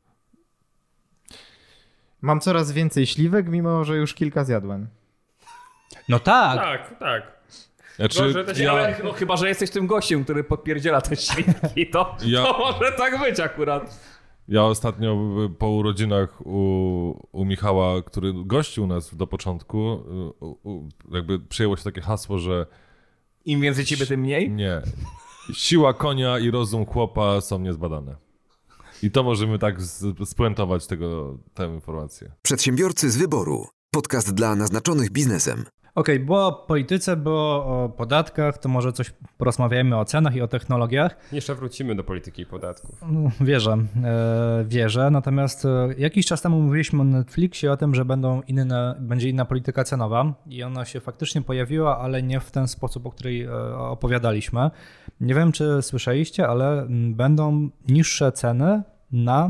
Mam coraz więcej śliwek, mimo że już kilka zjadłem. No tak. Tak. Znaczy, No, chyba, że jesteś tym gościem, który podpierdziela te świnki, to może tak być akurat. Ja ostatnio po urodzinach u Michała, który gościł nas do początku, jakby przyjęło się takie hasło, że im więcej ciebie, tym mniej? Nie. Siła konia i rozum chłopa są niezbadane. I to możemy tak spuentować tę informację. Przedsiębiorcy z wyboru. Podcast dla naznaczonych biznesem. Okej, było o polityce, było o podatkach, to może coś porozmawiajmy o cenach i o technologiach. Jeszcze wrócimy do polityki i podatków. Wierzę. Natomiast jakiś czas temu mówiliśmy o Netflixie, o tym, że będzie inna polityka cenowa i ona się faktycznie pojawiła, ale nie w ten sposób, o której opowiadaliśmy. Nie wiem, czy słyszeliście, ale będą niższe ceny na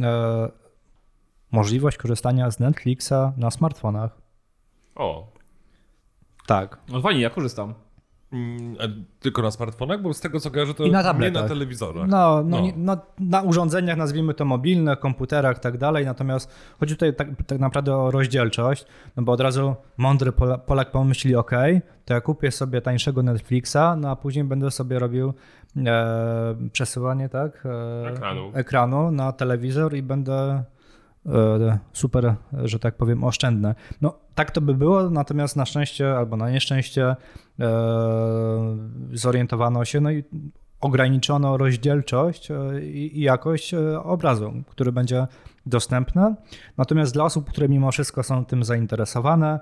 możliwość korzystania z Netflixa na smartfonach. O. Tak. No fajnie, ja korzystam. Tylko na smartfonach? Bo z tego co kojarzę, to I na nie tabletach. na telewizorach. Na urządzeniach, nazwijmy to mobilne, komputerach i tak dalej, natomiast chodzi tutaj tak naprawdę o rozdzielczość, no bo od razu mądry Polak pomyśli, to ja kupię sobie tańszego Netflixa, no a później będę sobie robił przesyłanie ekranu na telewizor i będę super, że tak powiem, oszczędne. No tak to by było, natomiast na szczęście albo na nieszczęście zorientowano się, no i ograniczono rozdzielczość i jakość obrazu, który będzie dostępny. Natomiast dla osób, które mimo wszystko są tym zainteresowane,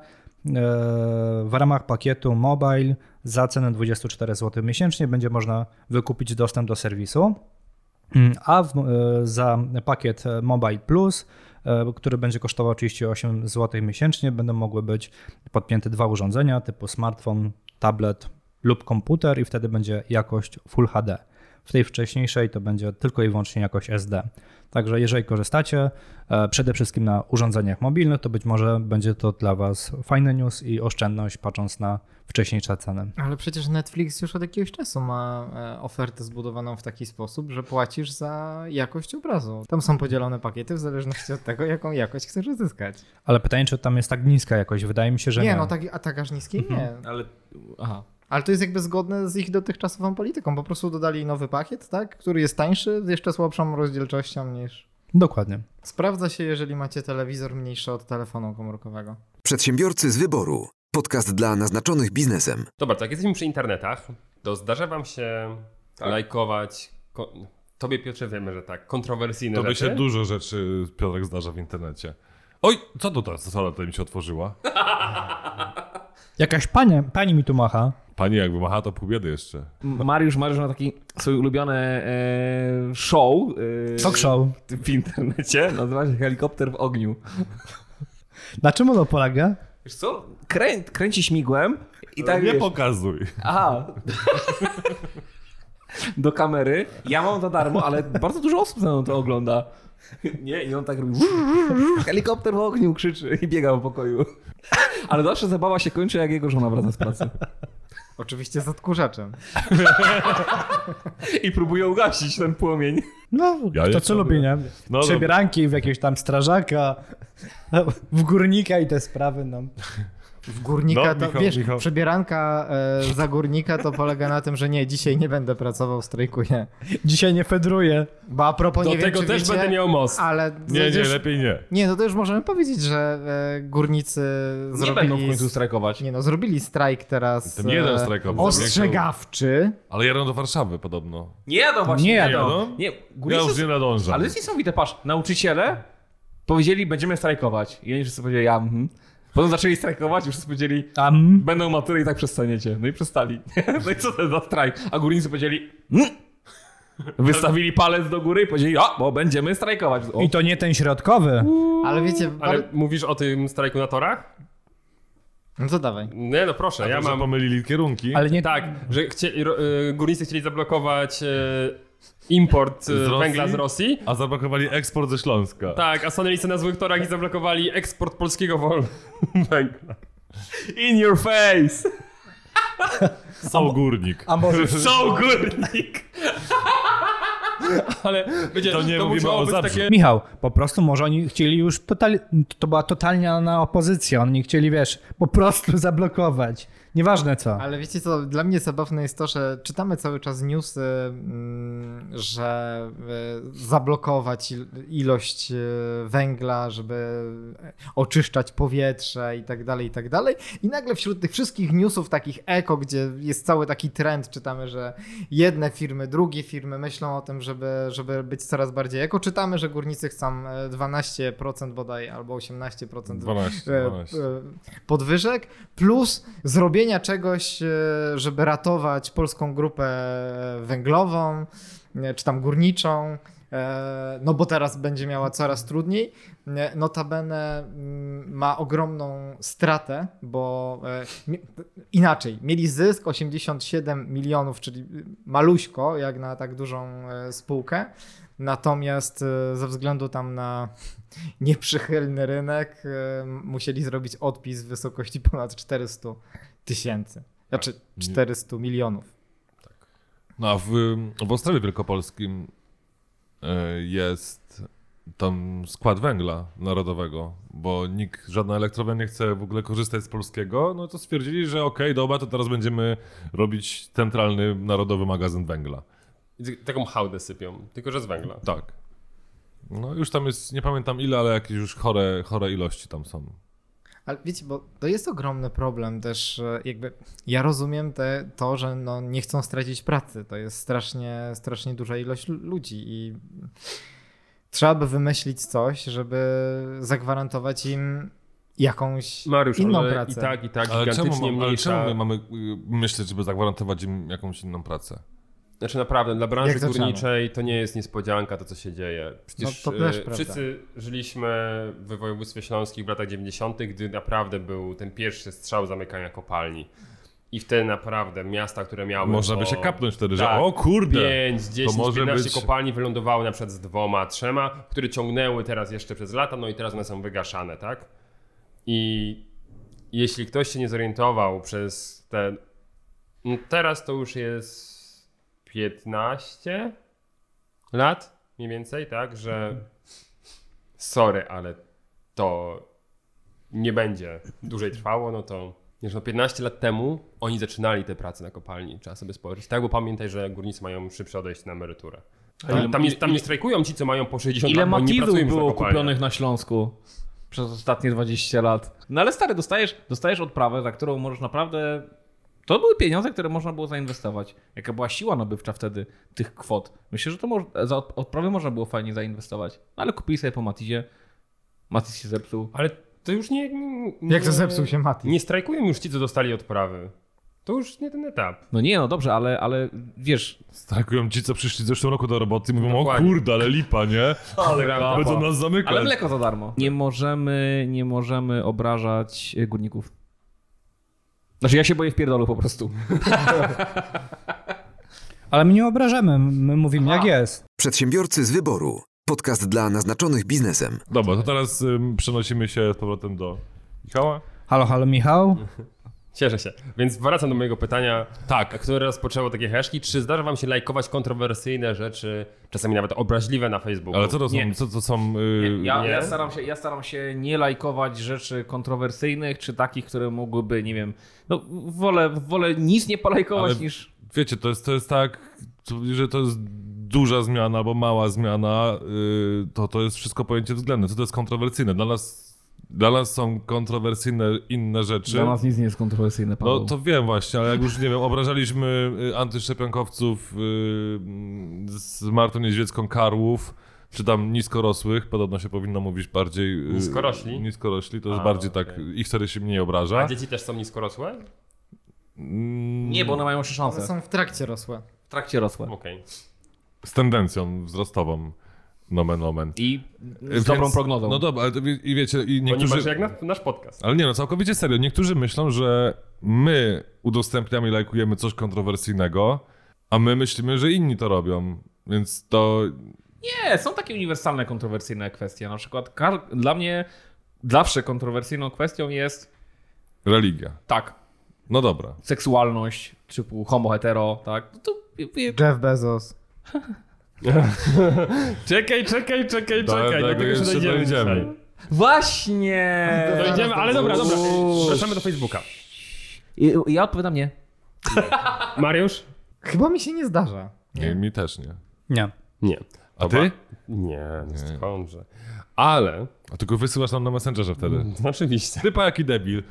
w ramach pakietu mobile za cenę 24 zł miesięcznie będzie można wykupić dostęp do serwisu, a za pakiet Mobile Plus, który będzie kosztował 38 zł miesięcznie, będą mogły być podpięte 2 urządzenia typu smartfon, tablet lub komputer i wtedy będzie jakość Full HD. W tej wcześniejszej to będzie tylko i wyłącznie jakość SD. Także jeżeli korzystacie przede wszystkim na urządzeniach mobilnych, to być może będzie to dla Was fajny news i oszczędność, patrząc na wcześniejsze ceny. Ale przecież Netflix już od jakiegoś czasu ma ofertę zbudowaną w taki sposób, że płacisz za jakość obrazu. Tam są podzielone pakiety w zależności od tego, jaką jakość chcesz uzyskać. Ale pytanie, czy tam jest tak niska jakość? Wydaje mi się, że nie. Nie, tak aż niskiej nie. Ale to jest jakby zgodne z ich dotychczasową polityką. Po prostu dodali nowy pakiet, tak, który jest tańszy, z jeszcze słabszą rozdzielczością niż... Dokładnie. Sprawdza się, jeżeli macie telewizor mniejszy od telefonu komórkowego. Przedsiębiorcy z wyboru. Podcast dla naznaczonych biznesem. Dobra, tak jesteśmy przy internetach, to zdarza wam się lajkować... Tobie, Piotrze, wiemy, że tak, kontrowersyjne rzeczy. To by się dużo rzeczy, Piotrek, zdarza w internecie. Oj, co to ta sala tutaj mi się otworzyła? Jakaś pani mi tu macha. Pani jakby macha, to pół biedy jeszcze. Mariusz ma taki swój ulubiony show. Talk show. W internecie. Nazywa się Helikopter w ogniu. Na czym ono polega? Wiesz co? Kręci śmigłem i tak nie pokazuj. Aha. Do kamery. Ja mam za darmo, ale bardzo dużo osób za mną to ogląda. Nie, i on tak robi helikopter w ogniu, krzyczy i biega po pokoju. Ale zawsze zabawa się kończy, jak jego żona wraca z pracy. Oczywiście z odkurzaczem. I próbuje ugasić ten płomień. No, to co lubi, nie? No, przebieranki w jakiegoś tam strażaka, w górnika i te sprawy, no. W górnika to, Michał. przebieranka za górnika to polega na tym, że nie, dzisiaj nie będę pracował, strajkuję. Dzisiaj nie fedruję. Bo a propos, do nie tego wiem, czy też wiecie, będę miał most. Ale Nie, lepiej nie. Nie, no to już możemy powiedzieć, że górnicy nie będą w końcu strajkować. Nie no, zrobili strajk teraz Ten jeden strajkował. ostrzegawczy. Ale jadą do Warszawy podobno. Nie jadą właśnie. Nie jadą? Nie, Ja już nie nadążam. Ale jest niesamowite, patrz, nauczyciele powiedzieli, będziemy strajkować. I oni wszyscy powiedzieli, Potem zaczęli strajkować, już powiedzieli, będą matury i tak przestaniecie. No i przestali. No i co to za strajk? A górnicy powiedzieli, wystawili palec do góry i powiedzieli, bo będziemy strajkować. O. I to nie ten środkowy. Ale wiecie... Ale mówisz o tym strajku na torach? No to dawaj. Nie, no proszę, ja mam... pomylili kierunki. Ale nie... Tak, że górnicy chcieli zablokować import węgla z Rosji. A zablokowali eksport ze Śląska. Tak, a stanęli sobie na złych torach i zablokowali eksport polskiego węgla. In your face! So górnik. A może... So górnik! Ale wiecie, To nie to mówimy musiało o być Zabrzu. takie... Michał, po prostu może oni chcieli już to była totalna opozycja, oni chcieli, wiesz, po prostu zablokować. Nieważne co. Ale wiecie co, dla mnie zabawne jest to, że czytamy cały czas newsy, że zablokować ilość węgla, żeby oczyszczać powietrze i tak dalej, i tak dalej. I nagle wśród tych wszystkich newsów takich eko, gdzie jest cały taki trend, czytamy, że jedne firmy, drugie firmy myślą o tym, żeby być coraz bardziej eko. Czytamy, że górnicy chcą 12% bodaj albo 18% 12. podwyżek, plus zrobienia czegoś, żeby ratować polską grupę węglową, czy tam górniczą, no bo teraz będzie miała coraz trudniej. Notabene ma ogromną stratę, bo inaczej, mieli zysk 87 milionów, czyli maluśko, jak na tak dużą spółkę. Natomiast ze względu tam na nieprzychylny rynek musieli zrobić odpis w wysokości ponad 400 tysięcy, znaczy 400 milionów. No a w Ostrowie Wielkopolskim jest tam skład węgla narodowego, bo żadna elektrownia nie chce w ogóle korzystać z polskiego, no to stwierdzili, że okej, dobra, to teraz będziemy robić centralny narodowy magazyn węgla. I taką hałdę sypią, tylko że z węgla. Tak. No już tam jest, nie pamiętam ile, ale jakieś już chore ilości tam są. Ale wiecie, bo to jest ogromny problem też, jakby ja rozumiem to, że no nie chcą stracić pracy, to jest strasznie duża ilość ludzi i trzeba by wymyślić coś, żeby zagwarantować im jakąś inną pracę. I tak, Ale gigantycznie mniejsza. czemu my mamy myśleć, żeby zagwarantować im jakąś inną pracę? Znaczy naprawdę, dla branży Jak zaczynamy? górniczej to nie jest niespodzianka to, co się dzieje. Przecież No to też prawda. wszyscy żyliśmy w województwie śląskim w latach 90., gdy naprawdę był ten pierwszy strzał zamykania kopalni. I wtedy naprawdę miasta, które miały... Można by się kapnąć wtedy, że tak, o kurde, 5, 10, to może 15 być... kopalni wylądowały na przykład z 2, 3, które ciągnęły teraz jeszcze przez lata, no i teraz one są wygaszane, tak? I jeśli ktoś się nie zorientował przez te... No teraz to już jest 15 lat mniej więcej, tak? Że sorry, ale to nie będzie dłużej trwało, no to... Wiesz, no 15 lat temu oni zaczynali te prace na kopalni, trzeba sobie spojrzeć. Tak, bo pamiętaj, że górnicy mają szybsze odejście na emeryturę. Tam nie strajkują ci, co mają po 60 Ile lat, bo oni nie matizów pracują już na było kopalniach. kupionych na Śląsku przez ostatnie 20 lat? No ale stary, dostajesz odprawę, za którą możesz naprawdę... To były pieniądze, które można było zainwestować. Jaka była siła nabywcza wtedy tych kwot. Myślę, że to za odprawę można było fajnie zainwestować. No, ale kupili sobie po Matizie. Matiz się zepsuł. Ale to już nie... Jak to zepsuł się Matiz? Nie strajkują już ci, co dostali odprawy. To już nie ten etap. No nie, no dobrze, ale wiesz... Strajkują ci, co przyszli w zeszłym roku do roboty i mówią, Dokładnie. o kurde, ale lipa, nie? Ale Będą nas zamykać. Ale mleko za darmo. Nie możemy obrażać górników. Znaczy ja się boję wpierdolu po prostu. Ale my nie obrażamy, my mówimy jak jest. Przedsiębiorcy z wyboru. Podcast dla naznaczonych biznesem. Dobra, to teraz przenosimy się z powrotem do Michała. Halo Michał? Cieszę się. Więc wracam do mojego pytania, Tak. które rozpoczęło takie haszki. Czy zdarza wam się lajkować kontrowersyjne rzeczy, czasami nawet obraźliwe na Facebooku? Ale co to są? Nie. Co to są Ja staram się nie lajkować rzeczy kontrowersyjnych, czy takich, które mogłyby, nie wiem, no wolę nic nie polajkować Ale niż... Wiecie, to jest tak, że to jest duża zmiana albo mała zmiana, to jest wszystko pojęcie względne. Co to jest kontrowersyjne? Dla nas są kontrowersyjne inne rzeczy. Dla nas nic nie jest kontrowersyjne, Paweł. No to wiem właśnie, ale jak już, nie wiem, obrażaliśmy antyszczepionkowców z Martą Niedźwiecką Karłów, czy tam niskorosłych, podobno się powinno mówić bardziej... Niskorośli? Niskorośli, to jest bardziej tak, ich wtedy się mniej obraża. A dzieci też są niskorosłe? Nie, bo one mają jeszcze One szansę. są w trakcie rosłe. W trakcie rosłe. Okej. Z tendencją wzrostową, nomen omen. I z dobrą prognozą. No dobra, ale i wiecie, i Bo nie niektórzy... masz jak nasz podcast. Ale nie, no całkowicie serio. Niektórzy myślą, że my udostępniamy i lajkujemy coś kontrowersyjnego, a my myślimy, że inni to robią. Więc to... Nie, są takie uniwersalne, kontrowersyjne kwestie. Na przykład dla mnie zawsze kontrowersyjną kwestią jest Religia. tak, No dobra. seksualność, typu homo, hetero, tak. No to Jeff Bezos. Czekaj. Do tego jeszcze dojdziemy dzisiaj. Właśnie! Dojdziemy, ale dobra. Wracamy do Facebooka. Ja odpowiadam nie. Mariusz? Chyba mi się nie zdarza. Nie, mi też nie. Nie. A ty? Nie, skądże. Ale... A tylko wysyłasz nam na Messengerze wtedy. Oczywiście. Typa jaki debil.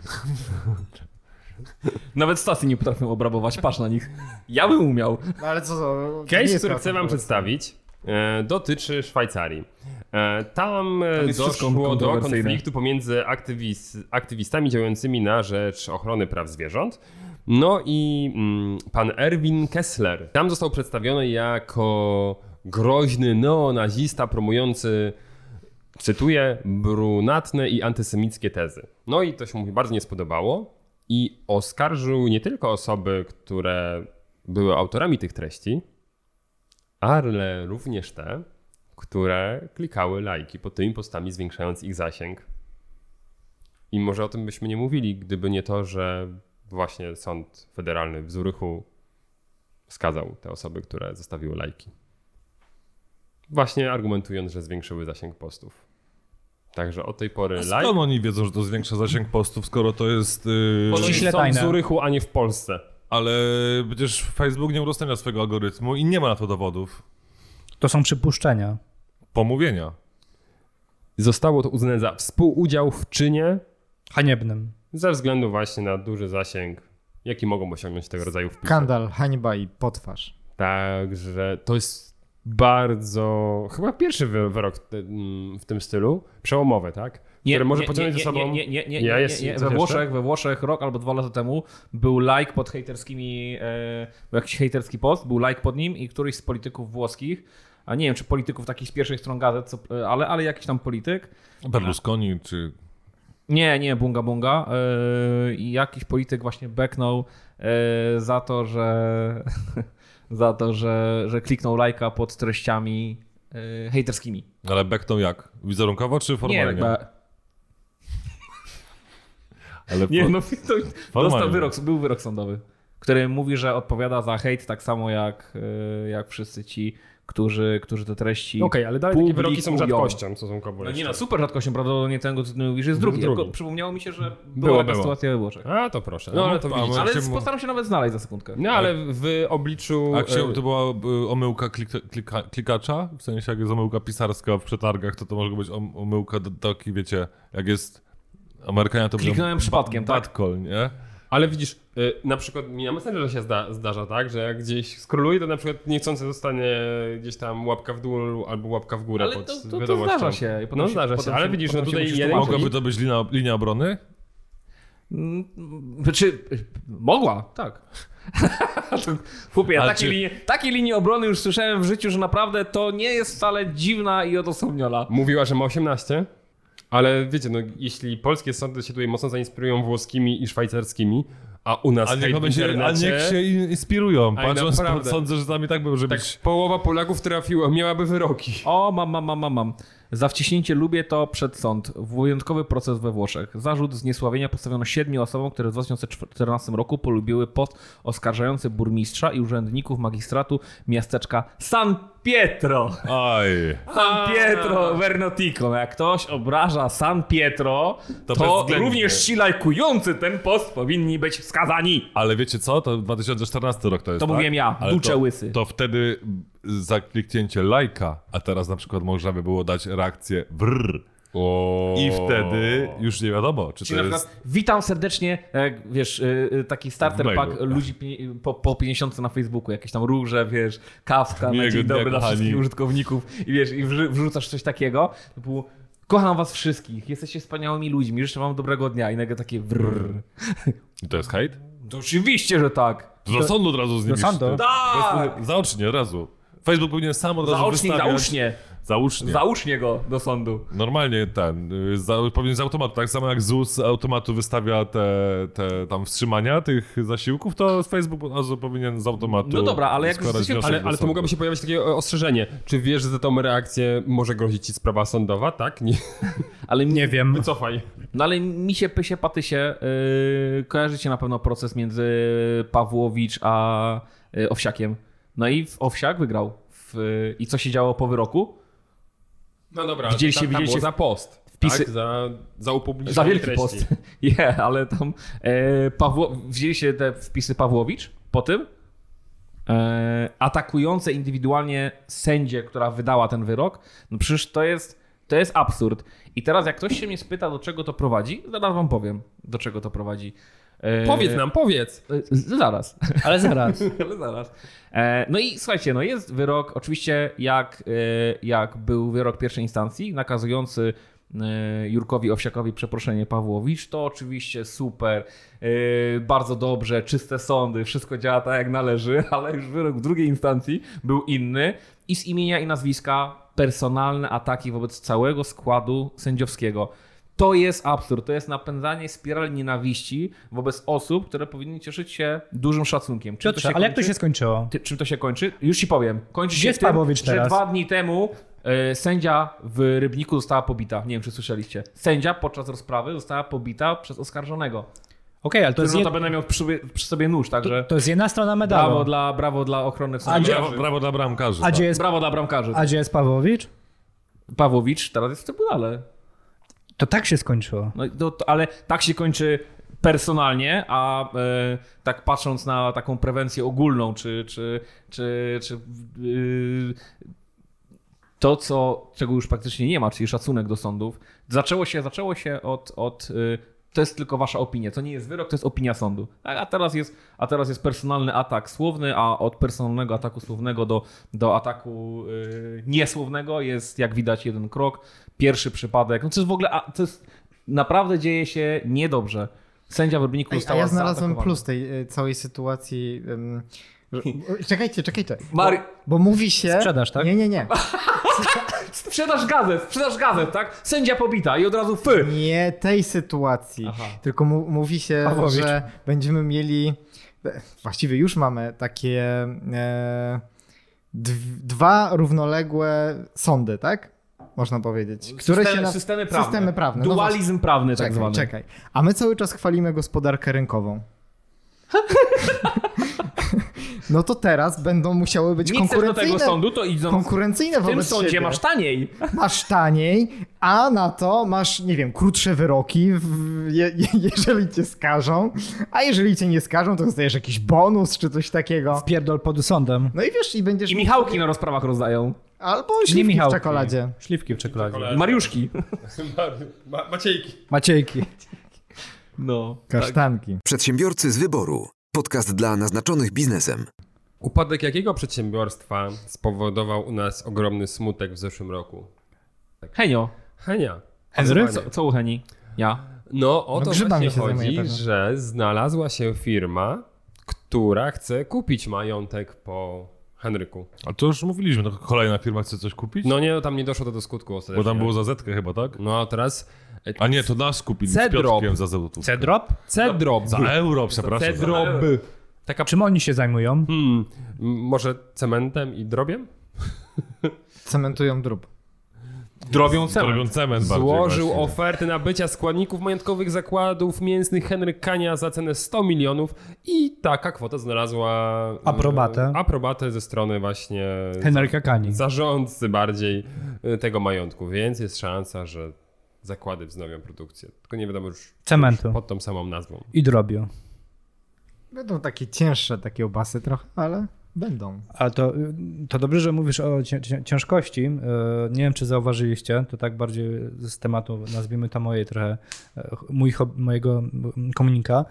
Nawet stacji nie potrafią obrabować, patrz na nich. Ja bym umiał. No ale co to? Case, który chcę wam przedstawić, dotyczy Szwajcarii. Tam jest wszystko doszło do kontrowersyjne. konfliktu pomiędzy aktywistami działającymi na rzecz ochrony praw zwierząt. No i pan Erwin Kessler tam został przedstawiony jako groźny neonazista promujący, cytuję, brunatne i antysemickie tezy. No i to się mu bardzo nie spodobało i oskarżył nie tylko osoby, które były autorami tych treści, ale również te, które klikały lajki pod tymi postami, zwiększając ich zasięg. I może o tym byśmy nie mówili, gdyby nie to, że właśnie sąd federalny w Zurychu skazał te osoby, które zostawiły lajki. Właśnie argumentując, że zwiększyły zasięg postów. Także od tej pory Skąd oni wiedzą, że to zwiększa zasięg postów, skoro to jest... Ściśle są w Zurychu, a nie w Polsce. Ale przecież Facebook nie udostępnia swojego algorytmu i nie ma na to dowodów. To są przypuszczenia. Pomówienia. Zostało to uznane za współudział w czynie Haniebnym. ze względu właśnie na duży zasięg, jaki mogą osiągnąć tego rodzaju wpisy. Skandal, hańba i potwarz. Także to jest bardzo... Chyba pierwszy wyrok w tym stylu. Przełomowy, tak? Który może pociągnąć ze sobą... Nie. We Włoszech rok albo 2 lata temu był like pod hejterskimi... był jakiś hejterski post, był like pod nim i któryś z polityków włoskich, a nie wiem, czy polityków takich z pierwszych stron gazet, ale jakiś tam polityk. Berlusconi czy... Nie, bunga. I jakiś polityk właśnie beknął za to, że kliknął lajka pod treściami hejterskimi. Ale beknął jak? Wizerunkowo czy formalnie? Był wyrok sądowy, który mówi, że odpowiada za hejt tak samo jak wszyscy ci, którzy te treści Okej, ale dalej takie wyroki są rzadkością stosunkowo. Super rzadkością, prawdopodobnie tego, co ty mówisz, jest drugi. Przypomniało mi się, że była taka sytuacja we Włoszech. A, to proszę. No ale to widzicie. Ale postaram się nawet znaleźć za sekundkę. No ale w obliczu... to była omyłka klikacza? W sensie jak jest omyłka pisarska w przetargach, to może być omyłka taki, wiecie, jak jest... Amerykanie to kliknąłem przypadkiem, tak? Bad call, nie? Ale widzisz, na przykład mi na Messengerze się zdarza tak, że jak gdzieś skroluję, to na przykład niechcący zostanie gdzieś tam łapka w dół albo łapka w górę pod wiadomością. To zdarza się. Zdarza się, ale widzisz, no tutaj Mogłaby to być linia obrony? Mogła, tak. Chłopie, takie linie obrony już słyszałem w życiu, że naprawdę to nie jest wcale dziwna i odosobniona. Mówiła, że ma 18? Ale wiecie, no jeśli polskie sądy się tutaj mocno zainspirują włoskimi i szwajcarskimi, a u nas hejt w internecie... A niech się inspirują. Patrząc, sądzę, że tam i tak może być... Połowa Polaków miałaby wyroki. O, mam. Za wciśnięcie lubię to przed sąd. Wyjątkowy proces we Włoszech. Zarzut zniesławienia postawiono 7 osobom, które w 2014 roku polubiły post oskarżający burmistrza i urzędników magistratu miasteczka San Pietro. San Pietro Vernotico. Jak ktoś obraża San Pietro, to również ci lajkujący ten post powinni być skazani. Ale wiecie co? To 2014 rok to jest, to mówiłem ja, ducze łysy. To wtedy za kliknięcie lajka, a teraz na przykład można by było dać reakcję brrr. I wtedy już nie wiadomo, czy czyli to jest... Witam serdecznie, jak wiesz, taki starter pack ludzi po 50 na Facebooku, jakieś tam róże, wiesz, kawka na dzień dobry dla wszystkich użytkowników i wiesz, i wrzucasz coś takiego, typu kocham was wszystkich, jesteście wspaniałymi ludźmi, życzę wam dobrego dnia i nagle takie brrr. I to jest hejt? To oczywiście, że tak. Do sądu od razu z nimi. Tak! Zaocznie, od razu. Facebook powinien sam od razu wystawiać... Załóżnie go do sądu. Normalnie powinien z automatu, tak samo jak ZUS z automatu wystawia te tam wstrzymania tych zasiłków, to Facebook od razu powinien z automatu. No dobra, ale jak ale to mogłoby się pojawić takie ostrzeżenie. Czy wiesz, że za tą reakcję może grozić ci sprawa sądowa, tak? Nie. Ale nie wiem. Wycofaj. No ale misie, pysie, patysie, kojarzycie na pewno proces między Pawłowicz a Owsiakiem. No i Owsiak wygrał i co się działo po wyroku? No dobra, Widzieliście było za post. Wpisy, tak? Za upublicznienie za wielki treści. post. Ale tam widzieliście te wpisy Pawłowicz po tym? Atakujące indywidualnie sędzię, która wydała ten wyrok. No przecież to jest absurd. I teraz jak ktoś się mnie spyta, do czego to prowadzi, zaraz wam powiem, do czego to prowadzi. Powiedz. Zaraz. Ale zaraz. Ale zaraz. No i słuchajcie, no jest wyrok, oczywiście jak był wyrok pierwszej instancji nakazujący Jurkowi Owsiakowi przeproszenie Pawłowicz, to oczywiście super, bardzo dobrze, czyste sądy, wszystko działa tak jak należy, ale już wyrok w drugiej instancji był inny i z imienia i nazwiska personalne ataki wobec całego składu sędziowskiego. To jest absurd, to jest napędzanie spirali nienawiści wobec osób, które powinny cieszyć się dużym szacunkiem. Piotrze, ale jak to się skończyło? Czym to się kończy? Już ci powiem. Kończy Gdzie się jest tym, Pawłowicz że teraz? 2 dni temu sędzia w Rybniku została pobita. Nie wiem, czy słyszeliście. Sędzia podczas rozprawy została pobita przez oskarżonego. Okej, ale to Który jest, notabene miał przy sobie nóż, także to jest jedna strona medalu. brawo dla ochrony Brawo dla bramkarzy. A gdzie jest, brawo dla bramkarzy. a gdzie jest Pawłowicz? Pawłowicz teraz jest w trybunale. To tak się skończyło. No, ale tak się kończy personalnie, a tak patrząc na taką prewencję ogólną, czy to, czego już praktycznie nie ma, czyli szacunek do sądów, zaczęło się od to jest tylko wasza opinia, to nie jest wyrok, to jest opinia sądu. A teraz jest personalny atak słowny, a od personalnego ataku słownego do ataku niesłownego jest, jak widać, jeden krok. Pierwszy przypadek, no to jest w ogóle, to jest naprawdę dzieje się niedobrze. Sędzia w Rybniku została A ja znalazłem zaatakowana. plus tej całej sytuacji. Czekajcie. Mari- Bo mówi się... Sprzedaż, tak? Nie. Sprzedaż gazet, tak? Sędzia pobita i od razu Nie tej sytuacji. Aha. Tylko mówi się, Pawłowicz. że będziemy mieli... Właściwie już mamy takie dwa równoległe sądy, tak? Można powiedzieć. Które systemy prawne. Dualizm prawny tak zwany. Czekaj. A my cały czas chwalimy gospodarkę rynkową. No to teraz będą musiały być Nie chcesz do konkurencyjne. tego sądu, to idąc Konkurencyjne w tym wobec sądzie siebie. masz taniej. Masz taniej, a na to masz, nie wiem, krótsze wyroki, jeżeli cię skażą, a jeżeli cię nie skażą, to dostajesz jakiś bonus czy coś takiego. Pierdol pod sądem. No i wiesz, i będziesz... I Michałki na rozprawach rozdają. Albo Nie śliwki w Michałki. czekoladzie. Śliwki w czekoladzie. I Mariuszki. Maciejki. Maciejki. No. Kasztanki. Przedsiębiorcy z wyboru. Podcast dla naznaczonych biznesem. Upadek jakiego przedsiębiorstwa spowodował u nas ogromny smutek w zeszłym roku? Henio. Henia. Henry? Co u Heni? Ja. No o No to grzybami właśnie się zajmuje chodzi, pewnie. że znalazła się firma, która chce kupić majątek po Henryku. A to już mówiliśmy, no kolejna firma chce coś kupić? No nie, tam nie doszło to do skutku ostatecznie. Bo tam było za zetkę chyba, tak? No a teraz... A nie, to nas kupili z Cedrop. Piotrkiem za złotówkę. Cedrop? Cedrop. Za euro, przepraszam. Cedrop. Taka... Czym oni się zajmują? Może cementem i drobiem? Cementują drób. Drobią cement. Robią cement bardziej Złożył właśnie. ofertę nabycia składników majątkowych zakładów mięsnych Henryk Kania za cenę 100 milionów i taka kwota znalazła aprobatę ze strony właśnie Henryka Kani. zarządcy bardziej tego majątku, więc jest szansa, że zakłady wznowią produkcję. Tylko nie wiadomo już Cementu. pod tą samą nazwą. I drobią. Będą takie cięższe takie kiełbasy trochę, ale będą. A to dobrze, że mówisz o ciężkości. Nie wiem, czy zauważyliście, to tak bardziej z tematu, nazwijmy to mojej trochę, mojego komunika.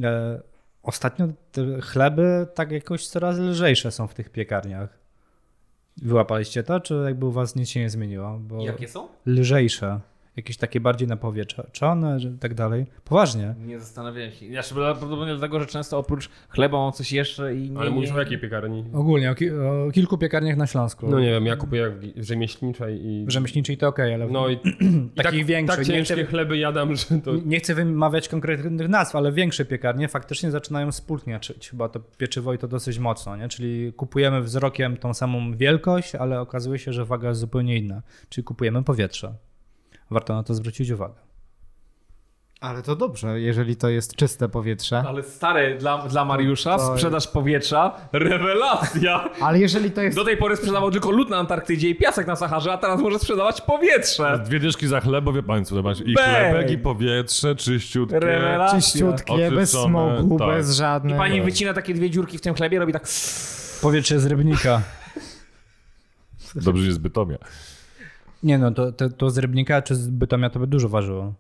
Ostatnio te chleby tak jakoś coraz lżejsze są w tych piekarniach. Wyłapaliście to, czy jakby u was nic się nie zmieniło? Bo Jakie są? lżejsze. Jakieś takie bardziej napowietrzone, i tak dalej. Poważnie. Nie zastanawiałem się. Prawdopodobnie dlatego, że często oprócz chleba mam coś jeszcze i nie... Ale mówisz o jakiej piekarni? Ogólnie o kilku piekarniach na Śląsku. No nie wiem, ja kupuję w rzemieślniczej i... W rzemieślniczej to okej, ale No i takich większych. Tak ciężkie chleby jadam, że to... Nie chcę wymawiać konkretnych nazw, ale większe piekarnie faktycznie zaczynają spulchniaczyć chyba to pieczywo i to dosyć mocno, nie? Czyli kupujemy wzrokiem tą samą wielkość, ale okazuje się, że waga jest zupełnie inna. Czyli kupujemy powietrze. Warto na to zwrócić uwagę. Ale to dobrze, jeżeli to jest czyste powietrze. Ale stary, dla Mariusza to- sprzedaż powietrza, rewelacja! Ale jeżeli to jest... Do tej pory sprzedawał tylko lód na Antarktydzie i piasek na Saharze, a teraz może sprzedawać powietrze. 2 dyszki za chleb, bo wie państwo, to masz i Bang! chlebek, i powietrze, czyściutkie. Rewelacja. Czyściutkie, bez Oczyszczone, smogu, tak. bez żadnych... I pani wycina takie 2 dziurki w tym chlebie, robi tak... Powietrze z Rybnika. Dobrze, że jest Bytomia. Nie no, to z Rybnika czy z Bytomia to by dużo ważyło.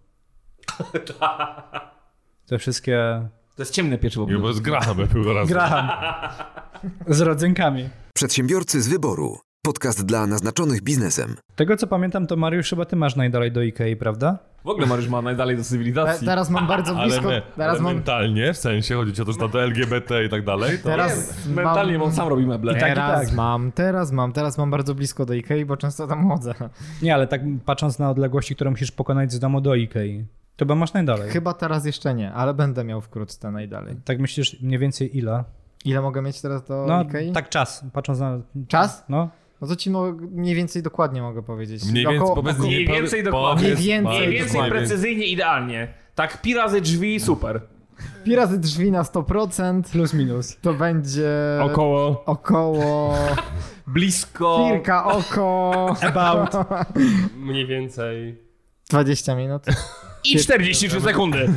Te wszystkie... To jest ciemne pieczywo. Nie, bo jest Graham był raz. Graham. Z rodzynkami. Przedsiębiorcy z wyboru. Podcast dla naznaczonych biznesem. Tego co pamiętam, to Mariusz, chyba ty masz najdalej do Ikei, prawda? W ogóle Mariusz ma najdalej do cywilizacji. Teraz mam bardzo blisko... Ale mentalnie, w sensie, chodzi ci o to, że na to LGBT i tak dalej, to... Teraz Mentalnie, bo on sam robi meble. Teraz mam bardzo blisko do Ikei, bo często tam chodzę. Nie, ale tak patrząc na odległości, które musisz pokonać z domu do Ikei, to chyba masz najdalej. Chyba teraz jeszcze nie, ale będę miał wkrótce najdalej. Tak myślisz mniej więcej ile? Ile mogę mieć teraz do No, Ikei? tak czas, patrząc na... Czas? No. No to ci mniej więcej dokładnie mogę powiedzieć. Mniej więcej, powiedz Mniej więcej dokładnie. Mniej więcej dokładnie. precyzyjnie, idealnie. Tak, pi razy drzwi, super. Pi razy drzwi na 100%. Plus minus. To będzie... Około Blisko. Firka oko. About. mniej więcej. 20 minut. I 43 sekundy.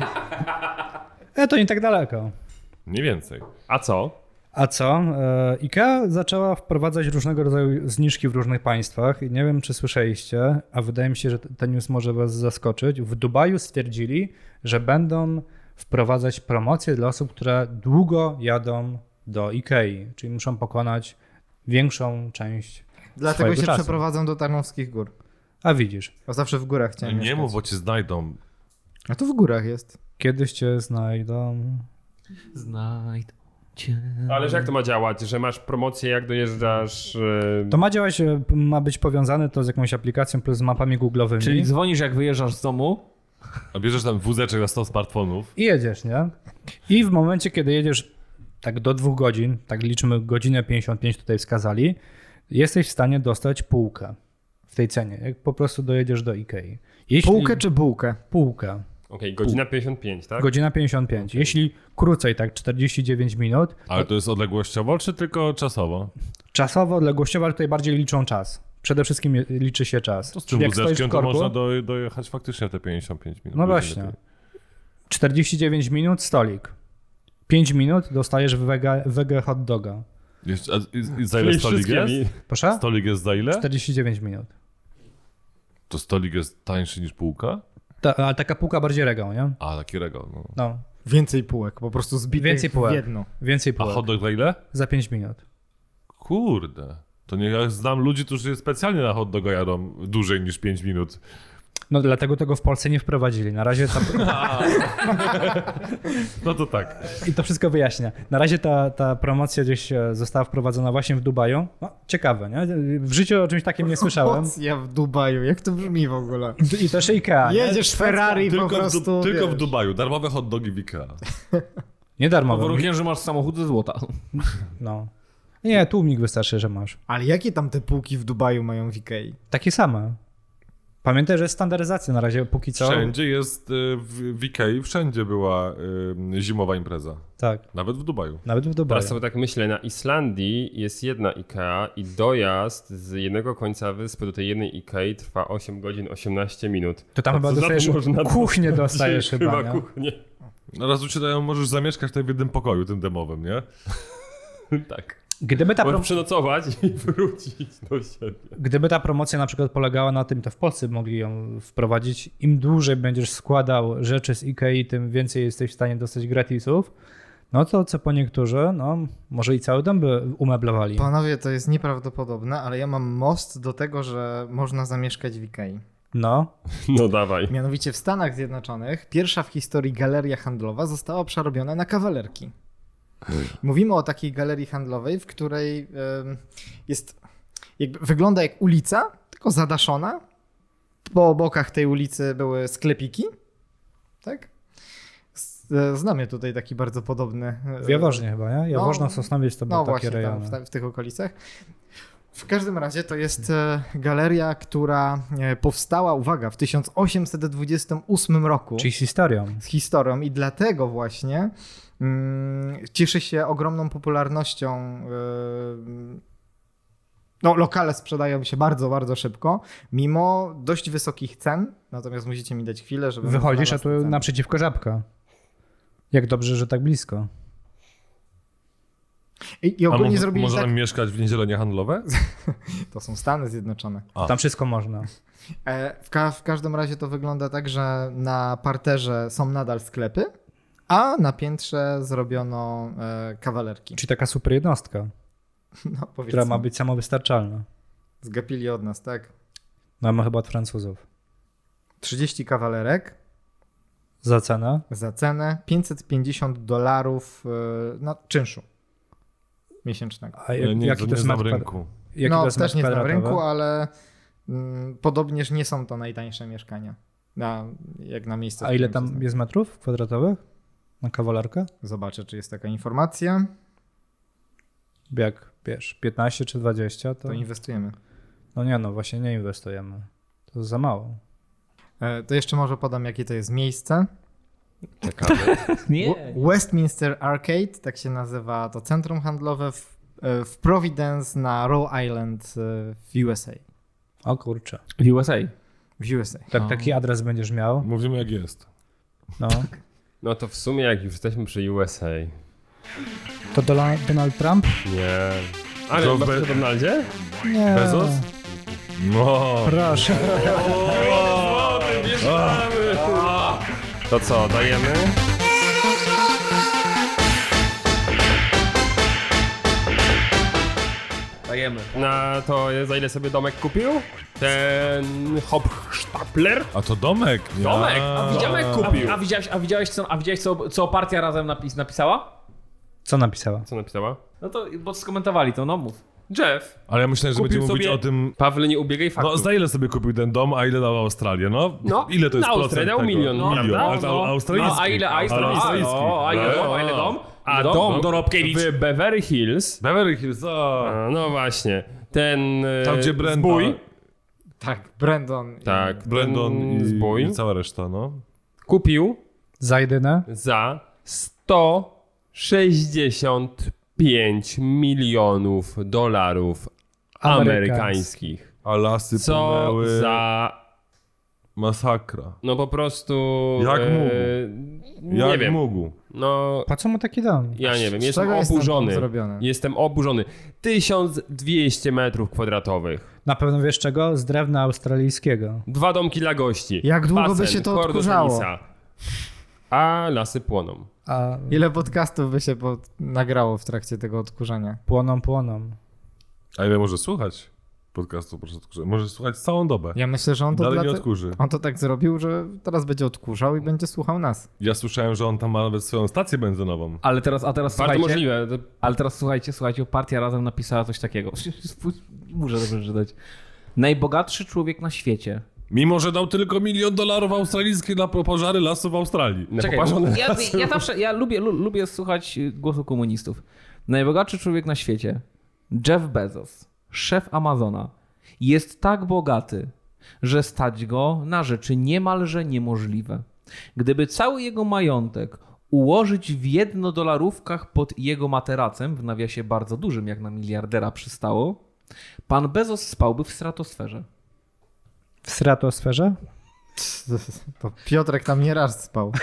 To nie tak daleko. Mniej więcej. A co? A co? IKEA zaczęła wprowadzać różnego rodzaju zniżki w różnych państwach. I nie wiem, czy słyszeliście, a wydaje mi się, że ten news może was zaskoczyć. W Dubaju stwierdzili, że będą wprowadzać promocje dla osób, które długo jadą do IKEA, czyli muszą pokonać większą część Dlatego swojego się czasu. przeprowadzą do Tarnowskich Gór. A widzisz, Bo zawsze w górach chciałem Nie mieszkać. mów, bo cię znajdą. A to w górach jest. kiedyś cię znajdą. Znajdę cię. Ależ jak to ma działać? Że masz promocję, jak dojeżdżasz... To ma działać, ma być powiązane to z jakąś aplikacją plus z mapami google'owymi. Czyli dzwonisz, jak wyjeżdżasz z domu. A bierzesz tam wózeczek na 100 smartfonów. I jedziesz, nie? I w momencie, kiedy jedziesz tak do 2 godzin, tak liczymy godzinę 55 tutaj wskazali, jesteś w stanie dostać półkę w tej cenie, jak po prostu dojedziesz do Ikei. Półkę czy bułkę? Półkę. Okej, godzina 55, tak? Godzina 55. Jeśli krócej, tak 49 minut, Ale to jest odległościowo, czy tylko czasowo? czasowo, odległościowo, ale tutaj bardziej liczą czas. Przede wszystkim liczy się czas. To z tym Czyli jak stoisz wózeczkiem w to korku, można dojechać faktycznie te 55 minut. No Będzie właśnie. lepiej. 49 minut, stolik. 5 minut dostajesz wege hot doga. Jeszcze, i za ile stolik jest? Proszę? Stolik jest za ile? 49 minut. To stolik jest tańszy niż półka? Ale taka półka bardziej regał, nie? A, taki regał. No. No, Więcej półek, po prostu zbitych Więcej półek. w jedno. więcej A półek. hot dog za ile? Za 5 minut. Kurde. To nie, ja znam ludzi, którzy specjalnie na hot doga jadą dłużej niż 5 minut. No dlatego tego w Polsce nie wprowadzili. Na razie No to tak. I to wszystko wyjaśnia. Na razie ta promocja gdzieś została wprowadzona właśnie w Dubaju. No, ciekawe, nie? W życiu o czymś takim nie słyszałem. Ja w Dubaju, jak to brzmi w ogóle? I też Ikea. Nie? Jedziesz Ferrari po Tylko, prostu, tylko w wiesz. Dubaju. Darmowe hot dogi w Ikea. Nie darmowo. Warunkiem, że masz samochód ze złota. No. Nie, tłumik wystarczy, że masz. Ale jakie tam te półki w Dubaju mają w Ikei? Takie same. Pamiętaj, że jest standaryzacja na razie, póki co. Wszędzie jest, w Ikei wszędzie była zimowa impreza. Tak, Nawet w Dubaju. nawet w Dubaju. Teraz sobie tak myślę, na Islandii jest jedna IKEA i dojazd z jednego końca wyspy do tej jednej IKEA trwa 8 godzin 18 minut. To tam A chyba co za to dostajesz można kuchnię dostać? dostajesz chyba, nie? kuchnię. No raz ci dają, możesz zamieszkać tutaj w jednym pokoju, tym demowym, nie? Tak. Gdyby ta, Możesz przenocować i wrócić do siebie. gdyby ta promocja na przykład polegała na tym, to w Polsce mogli ją wprowadzić. Im dłużej będziesz składał rzeczy z Ikei, tym więcej jesteś w stanie dostać gratisów. No to co po niektórzy, no może i cały dom by umeblowali. Panowie, to jest nieprawdopodobne, ale ja mam most do tego, że można zamieszkać w Ikei. No, No dawaj. Mianowicie w Stanach Zjednoczonych pierwsza w historii galeria handlowa została przerobiona na kawalerki. Mówimy o takiej galerii handlowej, w której jest, jakby wygląda jak ulica, tylko zadaszona. Po bokach tej ulicy były sklepiki. Tak? Znamy tutaj taki bardzo podobny. w Jaworznie chyba, nie? Jaworzno, Sosnowiec to były No takie właśnie, rejony. tam, w tych okolicach. W każdym razie to jest galeria, która powstała, uwaga, w 1828 roku. Czyli z historią. Z historią i dlatego właśnie cieszy się ogromną popularnością. No, lokale sprzedają się bardzo, bardzo szybko, mimo dość wysokich cen, natomiast musicie mi dać chwilę, żeby... Wychodzisz, a tu naprzeciwko Żabka. Jak dobrze, że tak blisko. I ogólnie zrobili można tak... tam mieszkać w niedziele niehandlowe? To są Stany Zjednoczone. Tam wszystko można. W każdym razie to wygląda tak, że na parterze są nadal sklepy, a na piętrze zrobiono kawalerki. Czyli taka super jednostka, No, która ma być samowystarczalna. Zgapili od nas, tak? Mamy chyba od Francuzów. 30 kawalerek. Za cenę? Za cenę $550 na czynszu miesięcznego. A Jaki to jest na rynku? No, też nie znam rynku, ale podobnież nie są to najtańsze mieszkania. Jak na miejsce. A ile tam jest metrów kwadratowych na kawalerkę? Zobaczę, czy jest taka informacja. Jak wiesz, 15 czy 20 to inwestujemy. No nie, no właśnie nie inwestujemy. To jest za mało. To jeszcze może podam, jakie to jest miejsce. Ciekawe. Nie. Westminster Arcade, tak się nazywa to centrum handlowe w Providence na Rhode Island w USA. O kurczę. W USA. W USA. Tak, taki adres będziesz miał. Mówimy jak jest. No. No to w sumie jak już jesteśmy przy USA. To Donald Trump? Nie. Ale To w Donaldzie? Nie. Bezos? No. Proszę. To co, dajemy? Dajemy. Na to za ile sobie domek kupił? Ten Hopstapler? A to domek. Domek? A widziałem jak kupił. A widziałeś co partia razem napisała? Co napisała? Co napisała? No to, bo skomentowali to, no mów. Jeff. Ale ja myślałem, że Kupił będziemy mówić sobie- o tym... Pawle, nie ubiegaj faktów. No za ile sobie kupił ten dom, a ile dał Australię? No, ile to jest na procent Australię dał tego? milion, prawda? Ale to australijski. No, a ile australijski. a ile dom? A dom Dorobkiewicz. w Beverly Hills. Beverly Hills, No właśnie. Ten tam gdzie Brenda, zbój. Tak, Brandon. Tak, Brandon ten zbój. i cała reszta, no. Kupił Za jedynę? za 165 milionów dolarów amerykańskich. A lasy Co płynęły. za... Masakra. No po prostu... Jak mógł? Nie Jak wiem. mógł? No... Po co mu taki dom? Ja nie wiem, Z jestem czego jest ten dom oburzony. zrobiony? Jestem oburzony. 1200 metrów kwadratowych. Na pewno wiesz czego? Z drewna australijskiego. 2 domki dla gości. Jak długo by basen, się to kordo odkurzało? tenisa. A lasy płoną. A Ile podcastów by się nagrało w trakcie tego odkurzania? płoną. A ile może słuchać podcastu? Proszę, może słuchać całą dobę. Ja myślę, że on to, Dalej nie odkurzy. on to tak zrobił, że teraz będzie odkurzał i będzie słuchał nas. Ja słyszałem, że on tam ma nawet swoją stację benzynową. Ale teraz Bardzo słuchajcie, możliwe. ale teraz słuchajcie, partia razem napisała coś takiego. Muszę to przeczytać. Najbogatszy człowiek na świecie. Mimo, że dał tylko $1 milion australijskich na pożary lasów w Australii. Ja lubię słuchać głosu komunistów. Najbogatszy człowiek na świecie, Jeff Bezos, szef Amazona, jest tak bogaty, że stać go na rzeczy niemalże niemożliwe. Gdyby cały jego majątek ułożyć w $1 pod jego materacem, w nawiasie bardzo dużym, jak na miliardera przystało, pan Bezos spałby w stratosferze. W stratosferze? To Piotrek tam nie raz spał.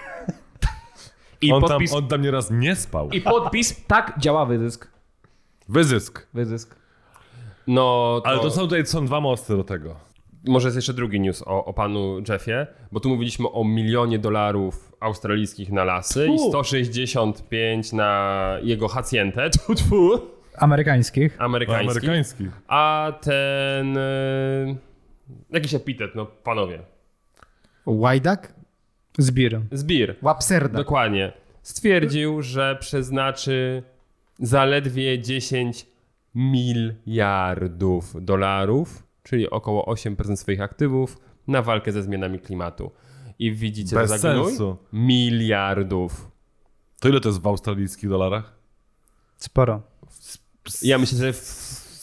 I podpis, on tam nieraz nie spał. i podpis, tak działa wyzysk. Wyzysk. No to... Ale to są dwa mosty do tego. Może jest jeszcze drugi news o panu Jeffie, bo tu mówiliśmy o $1 milion australijskich na lasy i 165 na jego hacientę, Amerykańskich. amerykańskich. A ten... jakiś epitet, no panowie. Łajdak? Zbir. Łapserda. Dokładnie. Stwierdził, że przeznaczy zaledwie $10 miliardów, czyli około 8% swoich aktywów na walkę ze zmianami klimatu. I widzicie, Bez zagnój? sensu. Miliardów. To ile to jest w australijskich dolarach? Sporo. Ja myślę, że w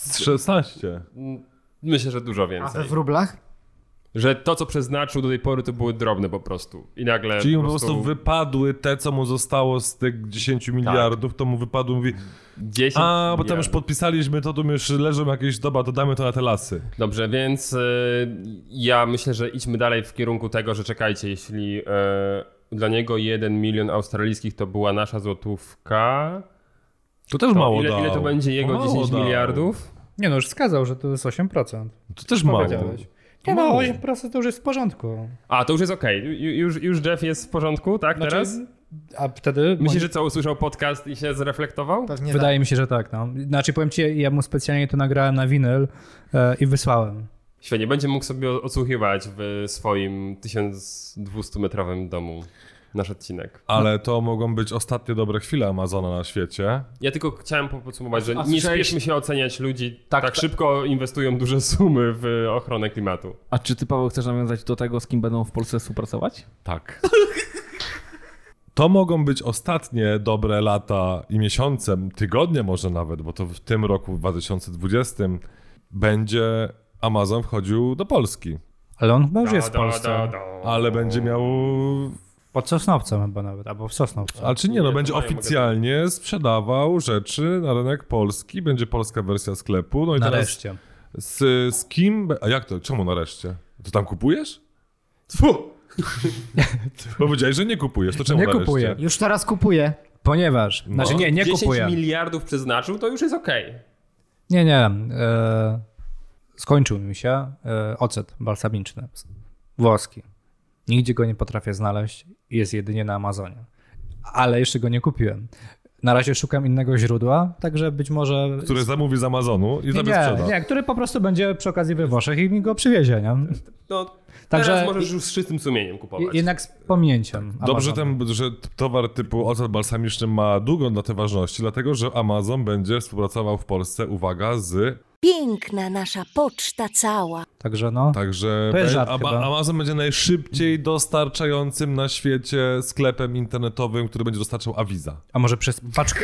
Z 16. Myślę, że dużo A więcej. w rublach? Że to, co przeznaczył do tej pory, to były drobne po prostu. I nagle Czyli mu po prostu wypadły te, co mu zostało z tych 10 miliardów, to mu wypadło, mówi 10 bo tam miliardów. już podpisaliśmy to, tu już leżą jakieś, dobra, to damy to na te lasy. Dobrze, więc ja myślę, że idźmy dalej w kierunku tego, że czekajcie, jeśli dla niego 1 milion australijskich to była nasza złotówka, To też mało ile dał. to będzie jego Mało 10 dał. miliardów? Nie no, już wskazał, że to jest 8%. To też mało. Powiedziałeś. Nie no, 8% to już jest w porządku. A, to już jest okej. Już Jeff jest w porządku, tak, Znaczy, teraz? A wtedy... Myślisz, że co, usłyszał podcast i się zreflektował? Pewnie Wydaje mi się, że tak. No. Znaczy powiem ci, ja mu specjalnie to nagrałem na winyl i wysłałem. Świetnie, będzie mógł sobie odsłuchiwać w swoim 1200-metrowym domu nasz odcinek. Ale to mogą być ostatnie dobre chwile Amazona na świecie. Ja tylko chciałem podsumować, że A nie słyszałeś- spieszmy się oceniać ludzi, Tak, tak szybko inwestują duże sumy w ochronę klimatu. A czy ty, Paweł, chcesz nawiązać do tego, z kim będą w Polsce współpracować? Tak. To mogą być ostatnie dobre lata i miesiące, tygodnie może nawet, bo to w tym roku, w 2020, będzie Amazon wchodził do Polski. Ale on chyba już jest w Polsce. Ale będzie miał... Pod Sosnowcem chyba nawet, albo w Sosnowcu. Ale czy nie, no Nie, będzie to mają oficjalnie sprzedawał rzeczy na rynek polski, będzie polska wersja sklepu. No i Nareszcie. teraz z kim... A jak to? Czemu nareszcie? To tam kupujesz? Powiedziałeś, że nie kupujesz, to czemu Nie nareszcie? kupuję. Już teraz kupuję. Ponieważ, znaczy nie 10 kupuję. miliardów przeznaczył, to już jest okej. Nie. Skończył mi się ocet balsamiczny włoski. Nigdzie go nie potrafię znaleźć. Jest jedynie na Amazonie. Ale jeszcze go nie kupiłem. Na razie szukam innego źródła, także być może... Które zamówi z Amazonu i sobie sprzeda. Nie, który po prostu będzie przy okazji we Włoszech i mi go przywiezie, nie? No, Także teraz możesz już z czystym sumieniem kupować. jednak z pominięciem Dobrze, Amazonu. że towar typu ocet balsamiczny ma długą datę ważności, dlatego że Amazon będzie współpracował w Polsce, uwaga, z... Piękna nasza poczta cała. Także no, Także To jest żart chyba. Amazon będzie najszybciej dostarczającym na świecie sklepem internetowym, który będzie dostarczał Aviza. a może przez paczkę...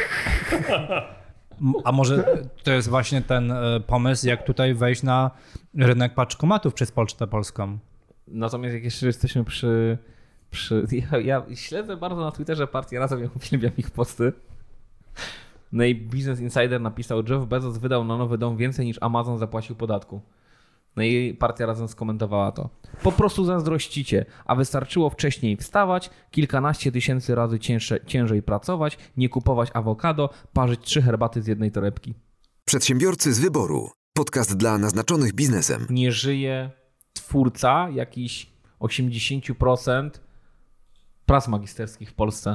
A może to jest właśnie ten pomysł, jak tutaj wejść na rynek paczkomatów przez Pocztę Polską. Natomiast jak jeszcze jesteśmy przy ja śledzę bardzo na Twitterze partię Razem, ja uwielbiam ich posty. No i Business Insider napisał, Jeff Bezos wydał na nowy dom więcej niż Amazon zapłacił podatku. No i partia Razem skomentowała to. Po prostu zazdrościcie, a wystarczyło wcześniej wstawać, kilkanaście tysięcy razy ciężej pracować, nie kupować awokado, parzyć 3 herbaty z jednej torebki. Przedsiębiorcy z wyboru. Podcast dla naznaczonych biznesem. Nie żyje twórca jakichś 80% prac magisterskich w Polsce.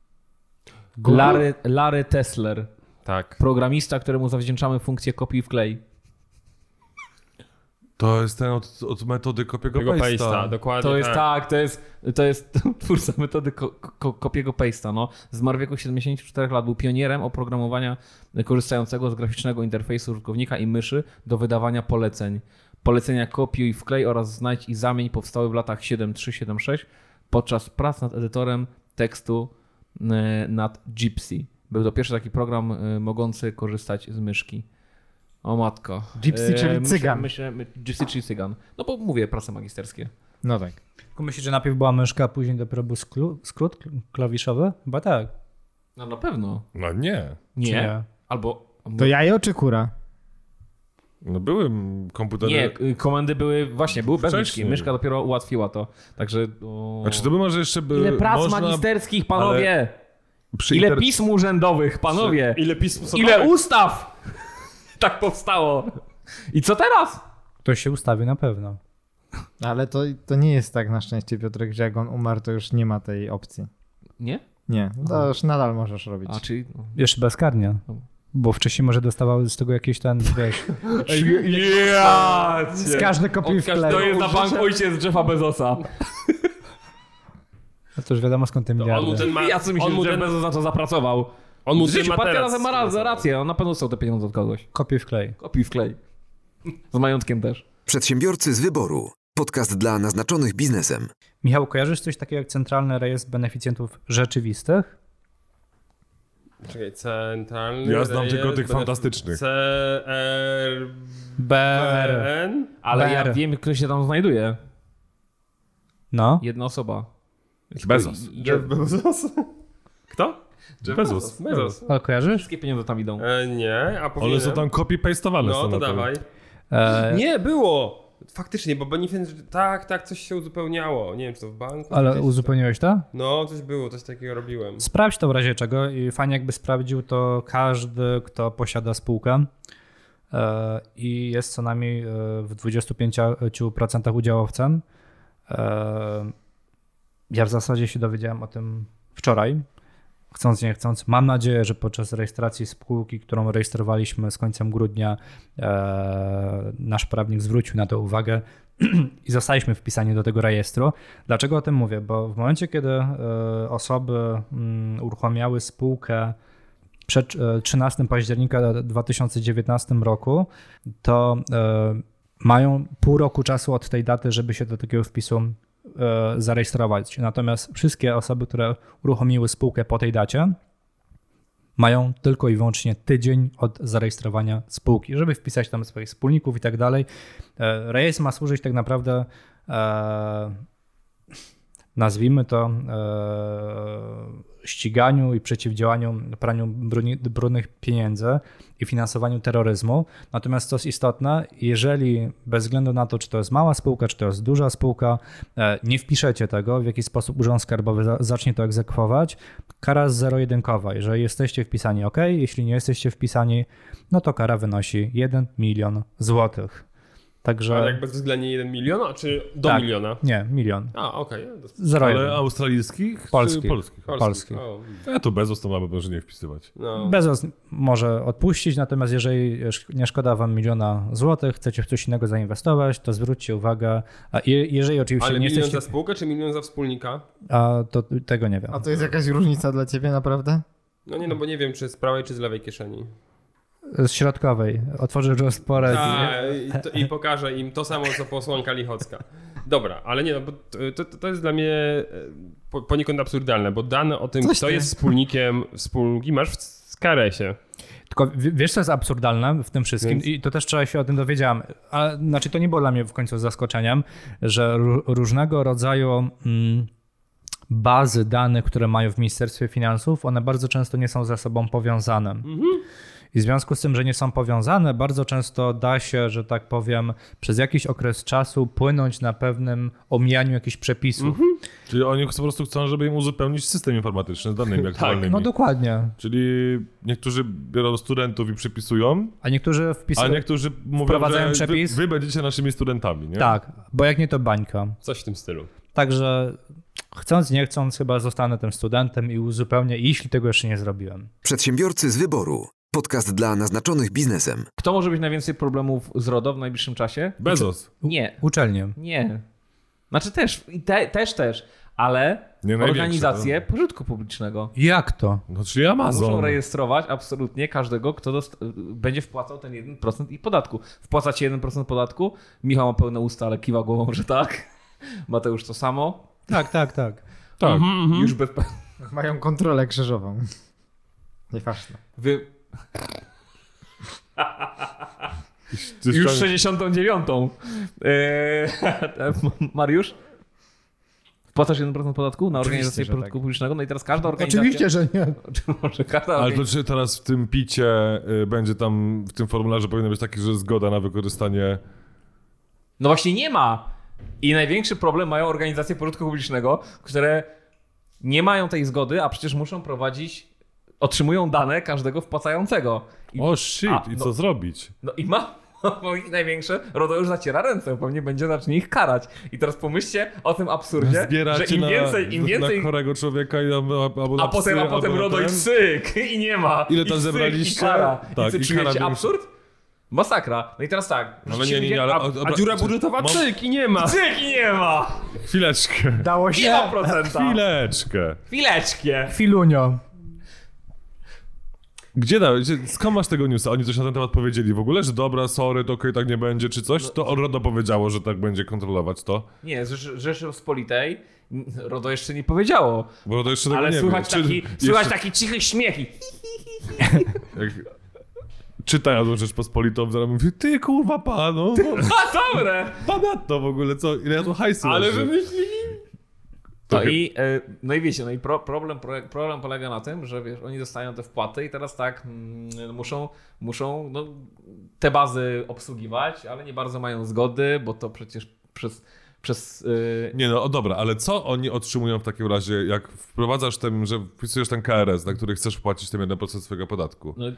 Larry Tesler, Tak. programista, któremu zawdzięczamy funkcję kopiuj wklej. To jest ten od metody kopiego Tego paste'a. paste'a, dokładnie. To jest tak, to jest twórca metody kopiego paste'a. No. Zmarł w wieku 74 lat, był pionierem oprogramowania korzystającego z graficznego interfejsu użytkownika i myszy do wydawania poleceń. Polecenia kopiuj wklej oraz znajdź i zamień powstały w latach 7.3-7.6 podczas prac nad edytorem tekstu nad Gypsy. Był to pierwszy taki program mogący korzystać z myszki. O matko. Gypsy, czyli cygan. Gypsy, czyli cygan. No bo mówię, prace magisterskie. No tak. Tylko myślisz, że najpierw była myszka, a później dopiero był skrót klawiszowy? Chyba tak. No na pewno. No nie. Czy Nie. Albo... To jajo czy kura? No były komputery... Nie, komendy były bez Wcześniej. myszki. Myszka dopiero ułatwiła to. Także... Znaczy to by może jeszcze by... Ile prac można... magisterskich, panowie! Przy Ile pism urzędowych, panowie! Ile pism Ile ustaw! Tak powstało. I co teraz? Ktoś się ustawi na pewno. Ale to nie jest tak na szczęście, Piotrek, że jak on umarł, to już nie ma tej opcji. Nie? Nie, to już nadal możesz robić. A, czyli... Jeszcze bezkarnie. Bo wcześniej może dostawały z tego jakieś ten, wiesz... z każdej kopii wklej. To jest na bank ojciec Jeffa Bezosa. No to już wiadomo skąd te miliardy. Ja co myślę, że Jeff Bezos za to zapracował. On mu Życiu, ten partia materac Razem ma rację. On na pewno dostał te pieniądze od kogoś. Kopiuj wklej. Kopiuj wklej. Z majątkiem też. Przedsiębiorcy z wyboru. Podcast dla naznaczonych biznesem. Michał, kojarzysz coś takiego jak Centralny Rejestr Beneficjentów Rzeczywistych? Czekaj, centralny Ja znam rejestr tylko tych fantastycznych. CRBN? Ale ja BR. wiem, kto się tam znajduje. No. Jedna osoba. Bezos. Jeff Bezos? Kto? Bezos. Bezos. Ale kojarzysz? Wszystkie pieniądze tam idą. Nie, a powinienem. One są tam copy-pastowane. No są to na tym. dawaj. Nie, było! Faktycznie, bo Boniface, tak, coś się uzupełniało. Nie wiem, czy to w banku. Ale gdzieś, uzupełniłeś to? No, coś było, coś takiego robiłem. Sprawdź to w razie czego i fajnie jakby sprawdził to każdy, kto posiada spółkę i jest co najmniej w 25% udziałowcem. Ja w zasadzie się dowiedziałem o tym wczoraj, chcąc nie chcąc. Mam nadzieję, że podczas rejestracji spółki, którą rejestrowaliśmy z końcem grudnia, nasz prawnik zwrócił na to uwagę i zostaliśmy wpisani do tego rejestru. Dlaczego o tym mówię? Bo w momencie, kiedy osoby uruchamiały spółkę przed 13 października 2019 roku, to mają pół roku czasu od tej daty, żeby się do takiego wpisu zarejestrować. Natomiast wszystkie osoby, które uruchomiły spółkę po tej dacie, mają tylko i wyłącznie tydzień od zarejestrowania spółki, żeby wpisać tam swoich wspólników i tak dalej. Rejestr ma służyć tak naprawdę, nazwijmy to, ściganiu i przeciwdziałaniu praniu brudnych pieniędzy i finansowaniu terroryzmu. Natomiast co jest istotne, jeżeli bez względu na to, czy to jest mała spółka, czy to jest duża spółka, nie wpiszecie tego, w jaki sposób Urząd Skarbowy zacznie to egzekwować, kara jest zero-jedynkowa. Jeżeli jesteście wpisani, ok, jeśli nie jesteście wpisani, no to kara wynosi 1 milion złotych. Także... Ale jak bezwzględnie 1 milion, a czy do tak, miliona? Nie, milion. A, okej. Ale australijskich? Polskich. Polskich. O, Ja tu Bezos to mamy, może nie wpisywać. no. Bezos może odpuścić, natomiast jeżeli nie szkoda wam 1 000 000 złotych, chcecie w coś innego zainwestować, to zwróćcie uwagę. A jeżeli oczywiście Ale nie milion jesteście... za spółkę, czy milion za wspólnika? A to tego nie wiem. A to jest jakaś różnica dla ciebie naprawdę? No nie, no bo nie wiem, czy z prawej, czy z lewej kieszeni. Z środkowej. Otworzysz sporę. I pokażę im to samo, co posłanka Lichocka. Dobra, ale nie, no bo to jest dla mnie poniekąd absurdalne, bo dane o tym, kto jest wspólnikiem spółki, masz w KRS-ie. Tylko wiesz, co jest absurdalne w tym wszystkim? Więc... I to też wczoraj się o tym dowiedziałem. Ale znaczy, to nie było dla mnie w końcu zaskoczeniem, że różnego rodzaju bazy danych, które mają w Ministerstwie Finansów, one bardzo często nie są ze sobą powiązane. I w związku z tym, że nie są powiązane, bardzo często da się, że tak powiem, przez jakiś okres czasu płynąć na pewnym omijaniu jakichś przepisów. Czyli oni po prostu chcą, żeby im uzupełnić system informatyczny z danymi aktualnymi. No dokładnie. Czyli niektórzy biorą studentów i przypisują, A niektórzy a niektórzy mówią, wprowadzają że przepis. wy będziecie naszymi studentami, nie? Tak, bo jak nie, to bańka. Coś w tym stylu. Także chcąc, nie chcąc, chyba zostanę tym studentem i uzupełnię, jeśli tego jeszcze nie zrobiłem. Przedsiębiorcy z wyboru. Podcast dla naznaczonych biznesem. Kto może mieć najwięcej problemów z RODO w najbliższym czasie? Bezos. Nie. Uczelnie. Nie. Znaczy też, też, ale Nie organizacje pożytku publicznego. Jak to? No czyli Amazon. Muszą rejestrować absolutnie każdego, kto będzie wpłacał ten 1% i podatku. Wpłacacie 1% podatku? Michał ma pełne usta, ale kiwa głową, że tak. Mateusz to samo. Tak. Tak. Już bez... Mają kontrolę krzyżową. Nieważne. Wy... Już 69. Mariusz? Wpłacasz 1% podatku na organizację że pożytku tak. publicznego? No i teraz każda organizacja... Oczywiście, że nie. Może każda Ale to organizacja... czy teraz w tym picie będzie tam, w tym formularzu powinno być taki, że zgoda na wykorzystanie... No właśnie nie ma. I największy problem mają organizacje pożytku publicznego, które nie mają tej zgody, a przecież muszą otrzymują dane każdego wpłacającego. O shit, i co zrobić? No i ich największe, RODO już zaciera ręce, pewnie zacznie ich karać. I teraz pomyślcie o tym absurdzie, Zbieracie że im więcej na chorego człowieka albo na a potem RODO i cyk i nie ma. Ile tam I cyk, zebraliście? I kara. Tak, I i czujecie kara absurd? Masakra. No i teraz tak. Ale nie, ale... A dziura budżetowa cyk i nie ma. Cyk i nie ma. Chwileczkę. Dało się. Nie ma procenta. Chwileczkę. Chwilunio. Skąd masz tego newsa? Oni coś na ten temat powiedzieli w ogóle, że dobra, sorry, to okej, tak nie będzie, czy coś? To RODO powiedziało, że tak będzie kontrolować to? Nie, z Rzeczypospolitej RODO jeszcze nie powiedziało. Bo RODO jeszcze tego Ale nie słychać wie. taki cichy śmiech. Jak czytają Rzeczpospolitą, zaraz mówię, ty kurwa pan, no. Dobre! Ponadto w ogóle, co, ile ja tu hajsu Ale leży. wymyślili. No i wiecie, problem polega na tym, że wiesz, oni dostają te wpłaty i teraz tak muszą no, te bazy obsługiwać, ale nie bardzo mają zgody, bo to przecież przez Nie no, dobra, ale co oni otrzymują w takim razie, jak wprowadzasz ten, że wpisujesz ten KRS, na który chcesz wpłacić tym 1% swojego podatku? No,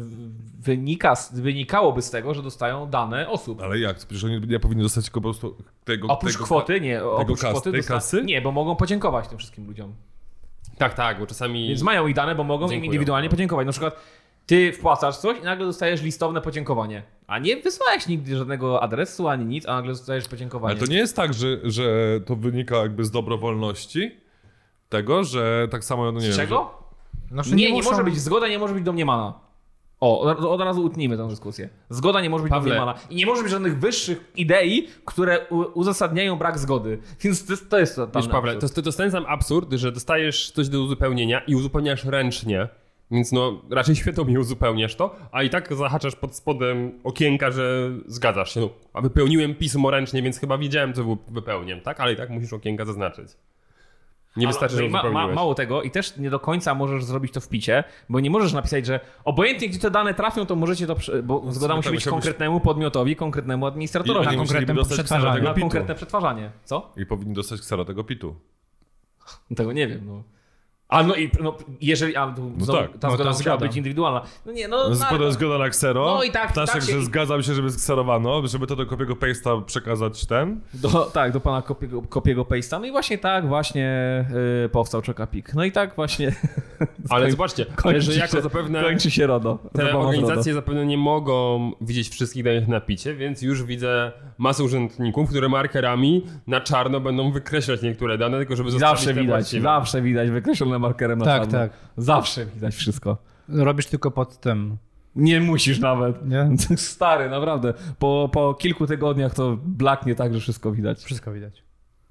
wynikałoby z tego, że dostają dane osób. Ale jak? Przecież oni nie powinni dostać tylko po prostu Oprócz kwoty, nie. Oprócz kwoty tej kasy? Nie, bo mogą podziękować tym wszystkim ludziom. Tak, bo czasami... Więc mają ich dane, bo mogą im indywidualnie podziękować. Na przykład ty wpłacasz coś i nagle dostajesz listowne podziękowanie. A nie wysłałeś nigdy żadnego adresu ani nic, a nagle dostajesz podziękowanie. Ale to nie jest tak, że to wynika jakby z dobrowolności tego, że tak samo... No nie z czego? Że nie może być zgoda, nie może być domniemana. Od razu utnijmy tę dyskusję. Zgoda nie może być domniemana. I nie może być żadnych wyższych idei, które uzasadniają brak zgody. Więc to jest to. Wiesz, Pawle, to jest ten sam absurd, że dostajesz coś do uzupełnienia i uzupełniasz ręcznie. Więc no raczej świadomie uzupełniasz to, a i tak zahaczasz pod spodem okienka, że zgadzasz się. No, a wypełniłem pismo ręcznie, więc chyba wiedziałem, co wypełniam, tak? Ale i tak musisz okienka zaznaczyć. Nie wystarczy, że uzupełniłeś. Mało tego i też nie do końca możesz zrobić to w picie, bo nie możesz napisać, że obojętnie gdzie te dane trafią, to możecie to... Bo zgoda musi być konkretnemu podmiotowi, konkretnemu administratorowi. Na konkretne przetwarzanie. Co? I powinni dostać ksero tego PIT-u. Tego nie wiem, no. A no i jeżeli ta zgoda musiała być indywidualna. No nie, Zgoda na ksero. No i tak, ptaszek, że zgadzam się, żeby skserowano, żeby to do kopiego paste'a przekazać ten. Do pana kopiego paste'a. No i właśnie tak powstał Czokapik. No i tak właśnie. Ale zobaczcie, że jako zapewne kończy się RODO. Te organizacje zapewne nie mogą widzieć wszystkich danych na picie, więc już widzę masę urzędników, które markerami na czarno będą wykreślać niektóre dane, tylko żeby zostawić Zawsze widać wykreślone markerem na czarno. Tak. Zawsze widać wszystko. Robisz tylko pod tym. Nie musisz nawet. Nie? Stary, naprawdę. Po kilku tygodniach to blaknie tak, że wszystko widać. Wszystko widać.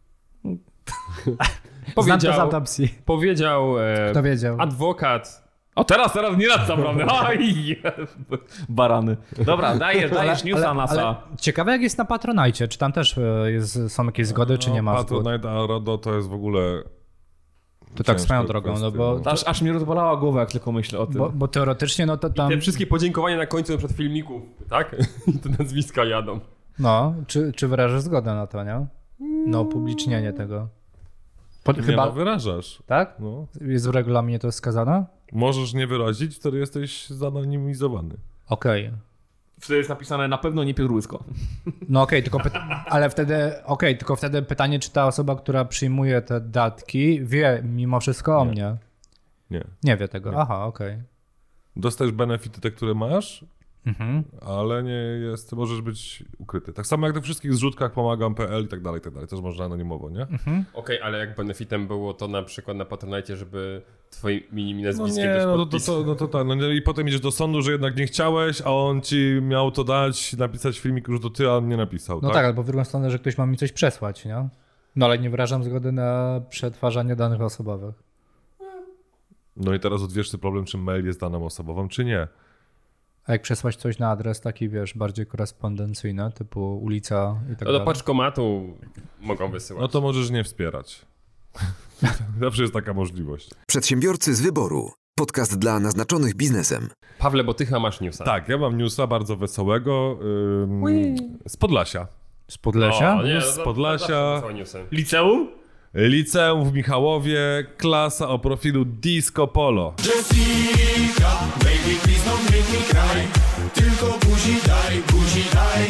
Powiedział Kto wiedział? adwokat. O teraz nie nad naprawdę. Barany. Dobra, dajesz newsa NASA. Ale ciekawe jak jest na Patronite. Czy tam też są jakieś zgody, czy nie ma zgód? Patronite, a RODO to jest w ogóle... To tak swoją drogą, no bo... Aż mi rozbolała głowa, jak tylko myślę o tym. Bo teoretycznie, no to tam... I te wszystkie podziękowania na końcu przed filmików, tak? I te nazwiska jadą. No, czy wyrażasz zgodę na to, nie? Na upublicznienie tego. Chyba wyrażasz. Tak? No. Jest w regulaminie to skazane? Możesz nie wyrazić, wtedy jesteś zanonimizowany. Okej. Wtedy jest napisane na pewno nie Piotr Łysko. No tylko wtedy pytanie, czy ta osoba, która przyjmuje te datki, wie mimo wszystko o mnie? Nie. Nie wie tego. Nie. Aha, okej. Dostajesz benefity te, które masz, ale możesz być ukryty. Tak samo jak we wszystkich zrzutkach pomagam.pl i tak dalej, też można anonimowo, nie? Okej, ale jak benefitem było to na przykład na Patronite, żeby twoim nazwiskiem i potem idziesz do sądu, że jednak nie chciałeś, a on ci miał to dać, napisać w filmiku, że to ty, a on nie napisał, No tak, albo w drugą stronę, że ktoś ma mi coś przesłać, nie? No ale nie wyrażam zgody na przetwarzanie danych osobowych. No i teraz odwiesz ten problem, czy mail jest daną osobową, czy nie. A jak przesłać coś na adres taki, wiesz, bardziej korespondencyjny, typu ulica i tak dalej? Do paczkomatu mogą wysyłać. No to możesz nie wspierać. Zawsze jest taka możliwość. Przedsiębiorcy z wyboru. Podcast dla naznaczonych biznesem. Pawle, bo ty chyba masz newsa. Tak, ja mam newsa bardzo wesołego z Podlasia. Z Podlasia? Z Podlasia. Liceum? Liceum w Michałowie, klasa o profilu Disco Polo. Jessica, baby, please don't make me cry. Tylko buzi daj.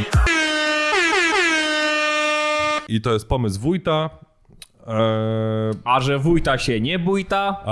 I to jest pomysł wójta. A że wójta się nie bójta?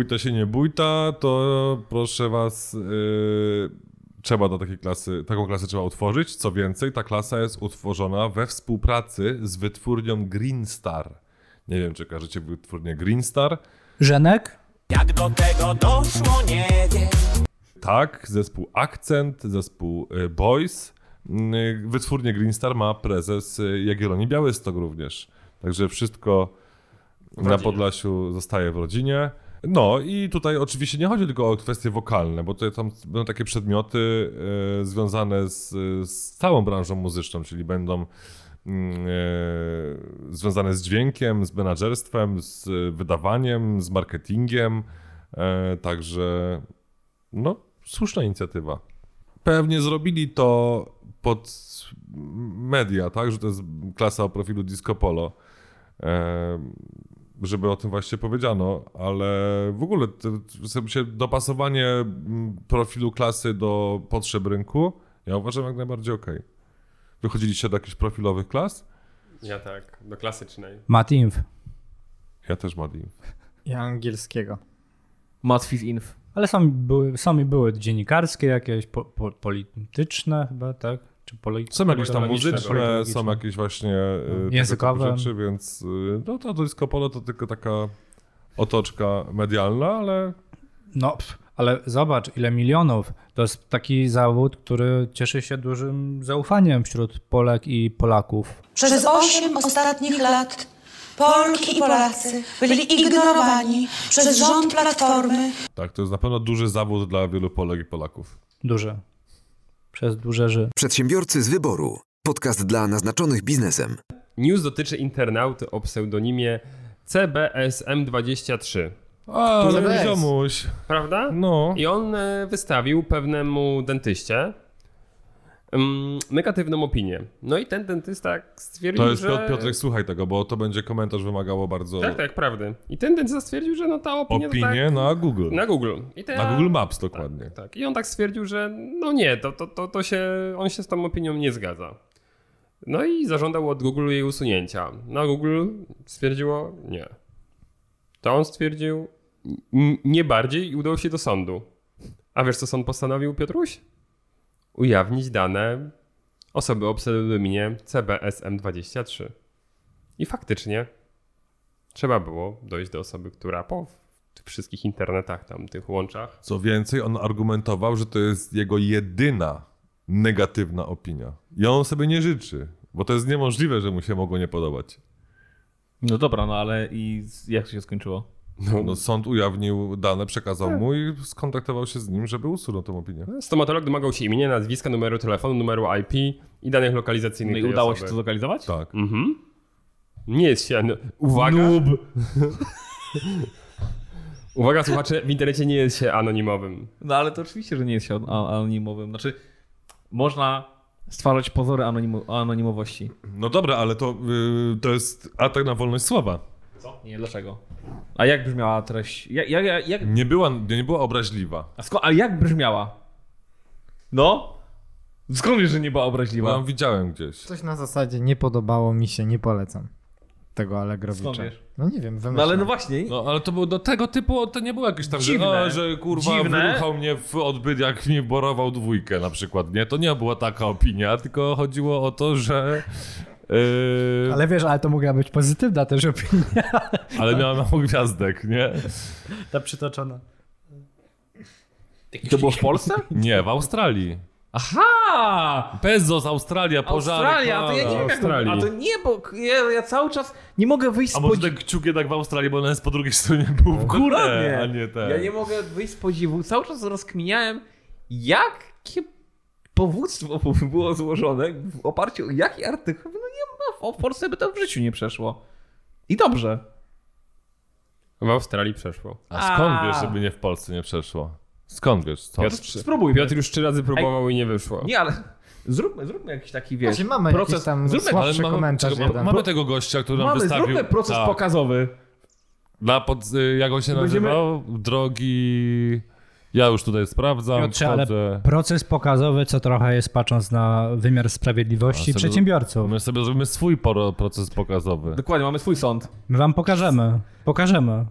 To proszę was, trzeba do taką klasę trzeba utworzyć. Co więcej, ta klasa jest utworzona we współpracy z wytwórnią Green Star. Nie wiem, czy kojarzycie wytwórnię Green Star. Żenek? Jak do tego doszło, nie wiem. Tak, zespół Akcent, zespół Boys. Wytwórnię Green Star ma prezes Jagiellonii Białystok również. Także wszystko na Podlasiu zostaje w rodzinie. No i tutaj oczywiście nie chodzi tylko o kwestie wokalne, bo tutaj tam będą takie przedmioty związane z całą branżą muzyczną, czyli będą związane z dźwiękiem, z menadżerstwem, z wydawaniem, z marketingiem, także no słuszna inicjatywa. Pewnie zrobili to pod media, tak, że to jest klasa o profilu Disco Polo, żeby o tym właśnie powiedziano, ale w ogóle dopasowanie profilu klasy do potrzeb rynku, ja uważam jak najbardziej okej. Wychodziliście do jakichś profilowych klas? Ja tak, do klasycznej. Matinf. Ja też Matinf. Ja angielskiego. Matfiz Inf. Ale sami były dziennikarskie, jakieś polityczne chyba, tak? Czy są jakieś tam muzyczne, są jakieś właśnie językowe rzeczy, więc no to Disco Polo to tylko taka otoczka medialna, ale... No, ale zobacz, ile milionów. To jest taki zawód, który cieszy się dużym zaufaniem wśród Polek i Polaków. Przez 8 ostatnich lat Polki i Polacy byli ignorowani przez rząd Platformy. Tak, to jest na pewno duży zawód dla wielu Polek i Polaków. Duży. Przez duże ży. Przedsiębiorcy z wyboru. Podcast dla naznaczonych biznesem. News dotyczy internauty o pseudonimie CBSM23. Ale ziomuś. Prawda? No. I on wystawił pewnemu dentyście negatywną opinię. No i ten dentysta stwierdził, to jest że... Piotrek, słuchaj tego, bo to będzie komentarz wymagało bardzo... Tak, prawdy. I ten dentysta stwierdził, że no ta opinia... Opinię tak... na Google. Na Google. Na Google Maps dokładnie. Tak. I on tak stwierdził, że no nie, on się z tą opinią nie zgadza. No i zażądał od Google jej usunięcia. No Google stwierdziło nie. To on stwierdził nie bardziej i udał się do sądu. A wiesz co sąd postanowił, Piotruś? Ujawnić dane osoby o pseudonimie CBSM23. I faktycznie trzeba było dojść do osoby, która po wszystkich internetach, tam tych łączach. Co więcej, on argumentował, że to jest jego jedyna negatywna opinia. I on sobie nie życzy, bo to jest niemożliwe, że mu się mogło nie podobać. No dobra, no ale i jak to się skończyło? No, sąd ujawnił dane, przekazał mu i skontaktował się z nim, żeby usunął tę opinię. Stomatolog domagał się imienia, nazwiska, numeru telefonu, numeru IP i danych lokalizacyjnych. No i udało się to zlokalizować? Tak. Mhm. Nie jest się... Uwaga! Noob. Uwaga, słuchacze, w internecie nie jest się anonimowym. No ale to oczywiście, że nie jest się anonimowym. Znaczy, można stwarzać pozory anonimowości. No dobra, ale to jest atak na wolność słowa. Co? Nie, dlaczego? A jak brzmiała treść? Jak... Nie była obraźliwa. A jak brzmiała? No? Skąd wiesz, że nie była obraźliwa? Bo ją widziałem gdzieś. Coś na zasadzie nie podobało mi się, nie polecam tego Allegrowicza. Skąd wiesz? No nie wiem, wymyślam. No ale no właśnie. No ale to było do tego typu, to nie było jakieś tam, dziwne, że kurwa wyruchał mnie w odbyt, jak mi borował dwójkę na przykład, nie? To nie była taka opinia, tylko chodziło o to, że... Ale wiesz, ale to mogła być pozytywna też opinia. Ale miała mało gwiazdek, nie? Ta przytoczona. I to było w Polsce? Nie, w Australii. Aha! Bezos, Australia, pożary. Australia, to ja nie wiem jak a to nie, bo ja cały czas nie mogę wyjść z podziwu. A może ten kciuk jednak w Australii, bo on jest po drugiej stronie, był w górę, a nie ten. Ja nie mogę wyjść z podziwu. Cały czas rozkminiałem, jakie powództwo było złożone, w oparciu o jaki artykuł. No nie, w Polsce by to w życiu nie przeszło. I dobrze. W Australii przeszło. A skąd wiesz, żeby nie w Polsce nie przeszło? Skąd wiesz? Co? Spróbuj. Piotr już 3 razy próbował i nie wyszło. Nie, ale zróbmy jakiś taki, wiesz... Znaczy mamy proces, jakiś tam słabszy komentarz. Mamy tego gościa, który nam wystawił... Zróbmy proces pokazowy. Jak on się nazywał? Drogi... Ja już tutaj sprawdzam. Piotrze, ale proces pokazowy, co trochę jest patrząc na wymiar sprawiedliwości przedsiębiorców. My sobie zrobimy swój proces pokazowy. Dokładnie, mamy swój sąd. My wam pokażemy.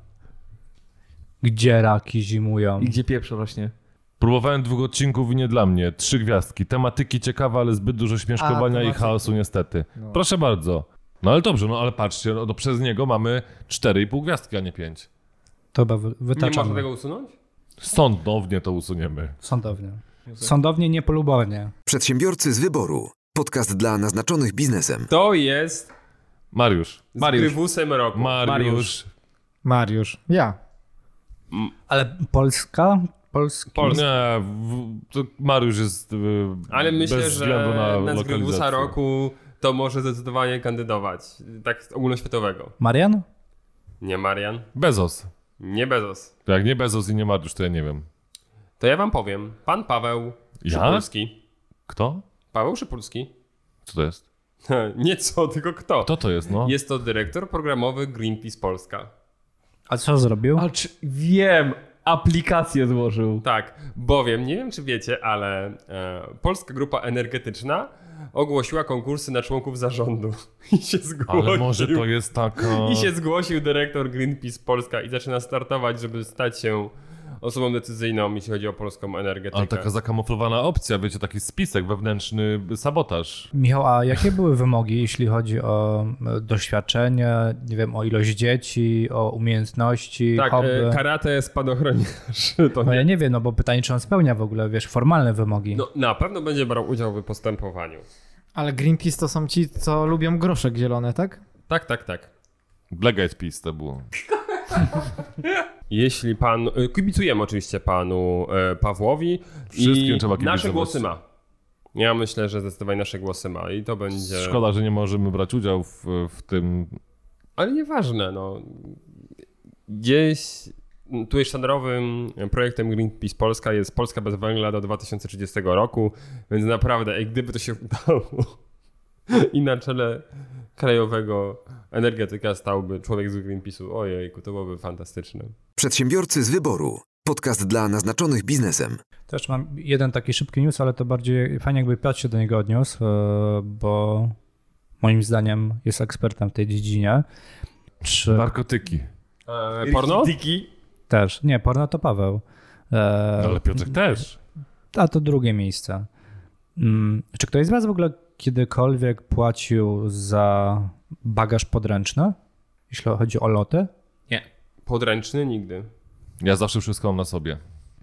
Gdzie raki zimują. I gdzie pieprz rośnie. Próbowałem 2 odcinków i nie dla mnie. 3 gwiazdki. Tematyki ciekawe, ale zbyt dużo śmieszkowania i chaosu niestety. No. Proszę bardzo. No ale dobrze, no ale patrzcie, no, przez niego mamy 4,5 gwiazdki, a nie 5. To wytaczamy. Nie można tego usunąć? Sądownie to usuniemy. Sądownie, nie polubownie. Przedsiębiorcy z wyboru. Podcast dla naznaczonych biznesem. To jest... Mariusz. Z grywusem roku. Mariusz. Ja. Ale Polski? Nie, to Mariusz jest ale myślę, bez że względu na na Zgrywusa lokalizację. roku to może zdecydowanie kandydować. Tak ogólnoświatowego. Marian? Nie Marian. Bezos. Nie Bezos. To jak nie Bezos i nie Mariusz, to ja nie wiem. To ja wam powiem. Pan Paweł Ja? Szypulski. Kto? Paweł Szypulski. Co to jest? Nie co, tylko kto. Kto to jest, no? Jest to dyrektor programowy Greenpeace Polska. A co zrobił? Wiem, aplikację złożył. Tak, bowiem, nie wiem czy wiecie, ale Polska Grupa Energetyczna ogłosiła konkursy na członków zarządu. I się zgłosił. Ale może to jest taka... I się zgłosił dyrektor Greenpeace Polska i zaczyna startować, żeby stać się osobą decyzyjną, jeśli chodzi o polską energetykę. Ale taka zakamuflowana opcja, wiecie, taki spisek, wewnętrzny sabotaż. Michał, a jakie były wymogi, jeśli chodzi o doświadczenie, nie wiem, o ilość dzieci, o umiejętności, tak, hobby? karate, spadochroniarz. To No ja nie wiem, no bo pytanie, czy on spełnia w ogóle, wiesz, formalne wymogi. No, na pewno będzie brał udział w postępowaniu. Ale Greenpeace to są ci, co lubią groszek zielone, tak? Tak. Black Eyed Peas to było. Jeśli pan... Kibicujemy oczywiście panu Pawłowi. Wszystkim i trzeba kibicować. nasze głosy ma. Ja myślę, że zdecydowanie nasze głosy ma i to będzie... Szkoda, że nie możemy brać udziału w tym... Ale nieważne, no. Gdzieś tu sztandarowym projektem Greenpeace Polska jest Polska bez węgla do 2030 roku, więc naprawdę, gdyby to się udało i na czele krajowego energetyka stałby człowiek z Greenpeace'u, ojejku, to byłoby fantastyczne. Przedsiębiorcy z wyboru. Podcast dla naznaczonych biznesem. Też mam jeden taki szybki news, ale to bardziej fajnie jakby Piotr się do niego odniósł, bo moim zdaniem jest ekspertem w tej dziedzinie. Narkotyki. Porno? Też. Nie, porno to Paweł. Ale Piotrek też. A to drugie miejsce. Czy ktoś z was w ogóle kiedykolwiek płacił za bagaż podręczny, jeśli chodzi o loty? Nie. Podręczny nigdy. Ja zawsze wszystko mam na sobie.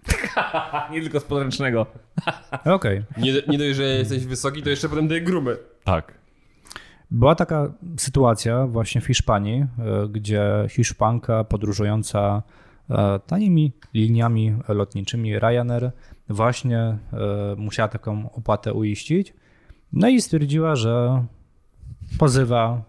Nie tylko z podręcznego. Okej. Nie dość, że jesteś wysoki, to jeszcze potem daje gruby. Tak. Była taka sytuacja właśnie w Hiszpanii, gdzie Hiszpanka podróżująca tanimi liniami lotniczymi Ryanair właśnie musiała taką opłatę uiścić. No i stwierdziła, że pozywa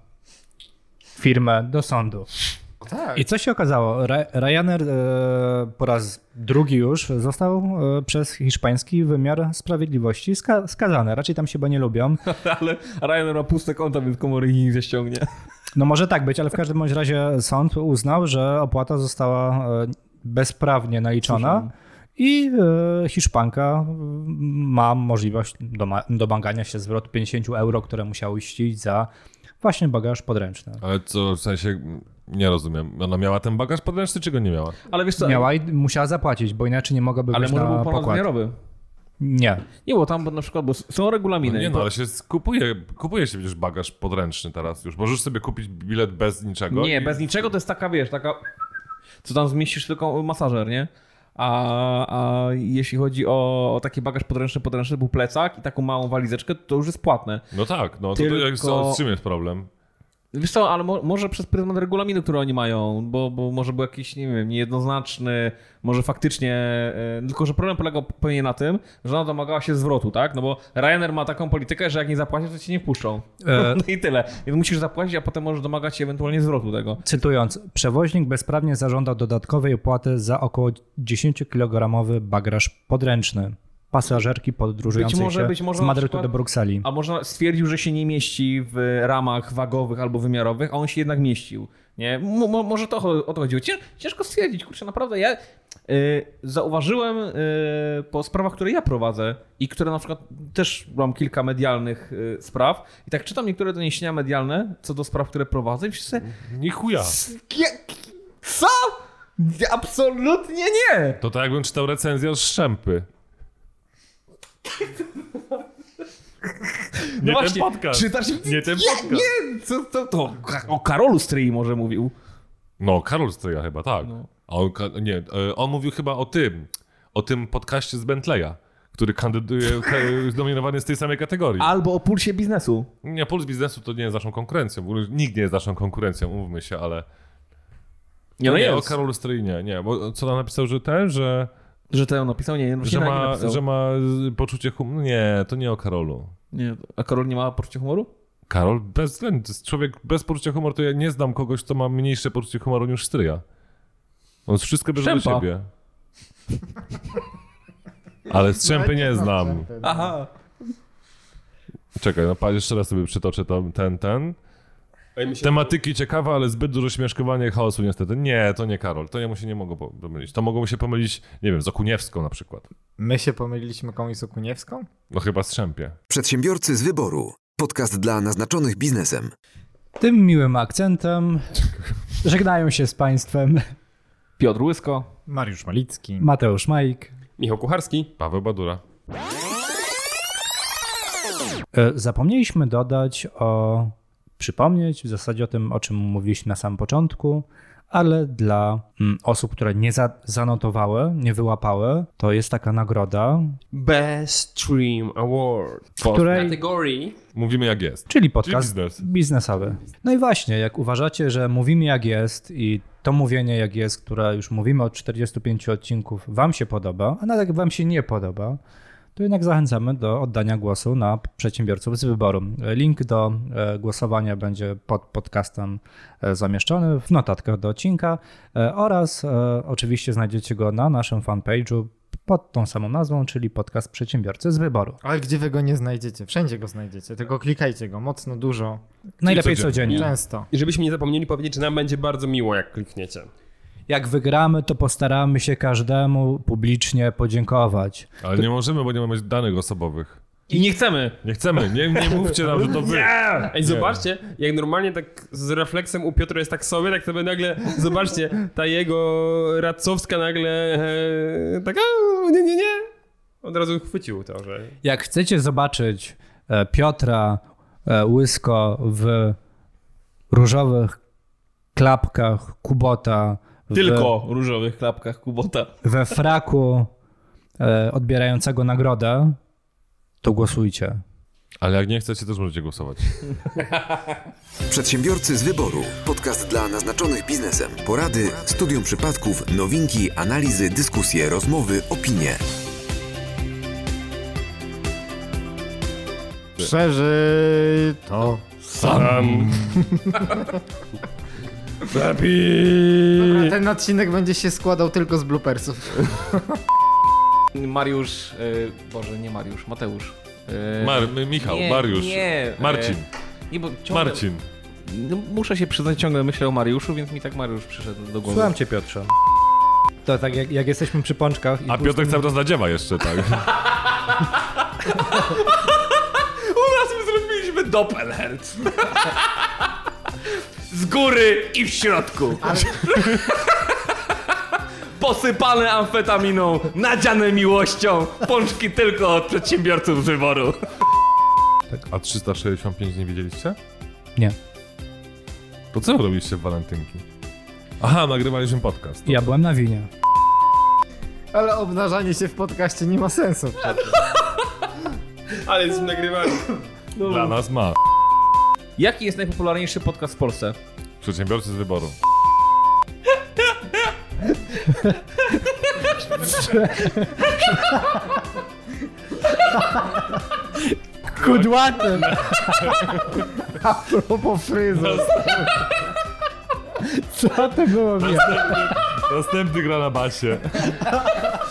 firmę do sądu. Tak. I co się okazało? Ryanair po raz drugi już został przez hiszpański wymiar sprawiedliwości skazany. Raczej tam się chyba nie lubią. Ale Ryanair ma puste konta, więc komory ich nie ściągnie. No może tak być, ale w każdym bądź razie sąd uznał, że opłata została bezprawnie naliczona i Hiszpanka ma możliwość domagania się zwrotu 50 euro, które musiała uiścić za właśnie bagaż podręczny. Ale co, w sensie, nie rozumiem. Ona miała ten bagaż podręczny, czy go nie miała? Ale wiesz co? Miała i musiała zapłacić, bo inaczej nie mogłaby ale wyjść może na był pokład. ponadwymiarowy. Nie. Nie, bo tam na przykład, bo są regulaminy. No nie, no ale się kupuje się przecież bagaż podręczny teraz już. Możesz sobie kupić bilet bez niczego. Nie, bez niczego to jest taka, wiesz, taka... Co tam zmieścisz tylko masażer, nie? A jeśli chodzi o taki bagaż podręczny był plecak i taką małą walizeczkę, to już jest płatne. No tak, no Tylko... to z czym jest problem? Wiesz co, ale może przez pryzmat regulaminu, który oni mają, bo może był jakiś, nie wiem, niejednoznaczny, może faktycznie, tylko że problem polegał pewnie na tym, że ona domagała się zwrotu, tak? No bo Ryanair ma taką politykę, że jak nie zapłacisz, to cię nie wpuszczą. No i tyle. Więc musisz zapłacić, a potem możesz domagać się ewentualnie zwrotu tego. Cytując, przewoźnik bezprawnie zażądał dodatkowej opłaty za około 10-kilogramowy bagaż podręczny pasażerki podróżującej z Madrytu do Brukseli. A może stwierdził, że się nie mieści w ramach wagowych albo wymiarowych, a on się jednak mieścił. Nie? Może to o to chodziło. Ciężko stwierdzić, kurczę, naprawdę. Ja zauważyłem po sprawach, które ja prowadzę i które na przykład też mam kilka medialnych spraw i tak czytam niektóre doniesienia medialne co do spraw, które prowadzę i myślę sobie... Nie chuja. Co? Absolutnie nie! To tak jakbym czytał recenzję o Szczępy. Nie właśnie, ten podcast. Czytasz... Nie ten podcast. Nie, to o Karolu Stryi może mówił. No, Karol Stryja chyba, tak. No. A on mówił chyba o tym podcaście z Bentleya, który kandyduje, zdominowany z tej samej kategorii. Albo o Pulsie Biznesu. Nie, Puls Biznesu to nie jest naszą konkurencją. W ogóle nikt nie jest naszą konkurencją, umówmy się, ale... Nie, o Karolu Stryi nie, bo co tam napisał, że Że to on napisał? Nie, że ma poczucie humoru. Nie, to nie o Karolu. Nie, a Karol nie ma poczucia humoru? Karol bezwzględny, to jest człowiek bez poczucia humoru, to ja nie znam kogoś, kto ma mniejsze poczucie humoru niż Stryja. On wszystko bierze do siebie. Ale Strzępy nie znam. Aha. Czekaj, jeszcze raz sobie przytoczę ten. Tematyki ciekawe, ale zbyt dużo śmieszkowania i chaosu niestety. Nie, to nie Karol, to mu się nie mogą pomylić. To mogą się pomylić, nie wiem, z Okuniewską na przykład. My się pomyliliśmy komuś z Okuniewską? No chyba Strzępie. Przedsiębiorcy z wyboru. Podcast dla naznaczonych biznesem. Tym miłym akcentem żegnają się z Państwem Piotr Łysko, Mariusz Malicki, Mateusz Majk, Michał Kucharski, Paweł Badura. Zapomnieliśmy przypomnieć w zasadzie o tym, o czym mówiliśmy na samym początku, ale dla osób, które nie zanotowały, nie wyłapały, to jest taka nagroda. Best Stream Award. W której kategorii mówimy jak jest. Czyli podcast biznesowy. No i właśnie, jak uważacie, że mówimy jak jest i to mówienie jak jest, które już mówimy od 45 odcinków, wam się podoba, a nawet jak wam się nie podoba, to jednak zachęcamy do oddania głosu na przedsiębiorców z wyboru. Link do głosowania będzie pod podcastem zamieszczony w notatkach do odcinka oraz oczywiście znajdziecie go na naszym fanpage'u pod tą samą nazwą, czyli podcast Przedsiębiorcy z wyboru. Ale gdzie wy go nie znajdziecie? Wszędzie go znajdziecie, tylko klikajcie go mocno, dużo. Najlepiej codziennie. Często. I żebyśmy nie zapomnieli powiedzieć, że nam będzie bardzo miło, jak klikniecie. Jak wygramy, to postaramy się każdemu publicznie podziękować. Ale nie możemy, bo nie mamy danych osobowych. I nie chcemy. Nie chcemy, nie mówcie nam, że to wy. Ej, zobaczcie, jak normalnie tak z refleksem u Piotra jest tak sobie, tak sobie nagle, zobaczcie, ta jego radcowska nagle taka, nie. Od razu chwycił to, że... Jak chcecie zobaczyć Piotra Łysko w różowych klapkach Kubota, Tylko różowych klapkach Kubota, we fraku odbierającego nagrodę, to głosujcie. Ale jak nie chcecie, też możecie głosować. Przedsiębiorcy z wyboru. Podcast dla naznaczonych biznesem. Porady, studium przypadków, nowinki, analizy, dyskusje, rozmowy, opinie. Przeżyj to sam. Dobra, ten odcinek będzie się składał tylko z bloopersów. Mariusz, nie Mariusz, Mateusz. Michał, Mariusz, Marcin. Nie, bo ciągle, Marcin. No, muszę się przyznać, ciągle myślę o Mariuszu, więc mi tak Mariusz przyszedł do głowy. Słucham cię, Piotrze. To tak jak jesteśmy przy pączkach... A Piotrek cały czas nadziewa jeszcze, tak? U nas my zrobiliśmy Doppelherz. Z góry i w środku. Posypane amfetaminą, nadziane miłością. Pączki tylko od przedsiębiorców z wyboru. A 365 nie widzieliście? Nie. To co robiliście w walentynki? Aha, nagrywaliśmy podcast. Ja byłem na winie. Ale obnażanie się w podcaście nie ma sensu. Ale jest nagrywany. Dla nas ma. Jaki jest najpopularniejszy podcast w Polsce? Przedsiębiorcy z wyboru. Kudłaty! A propos fryzur. Co to było? Następny gra na basie.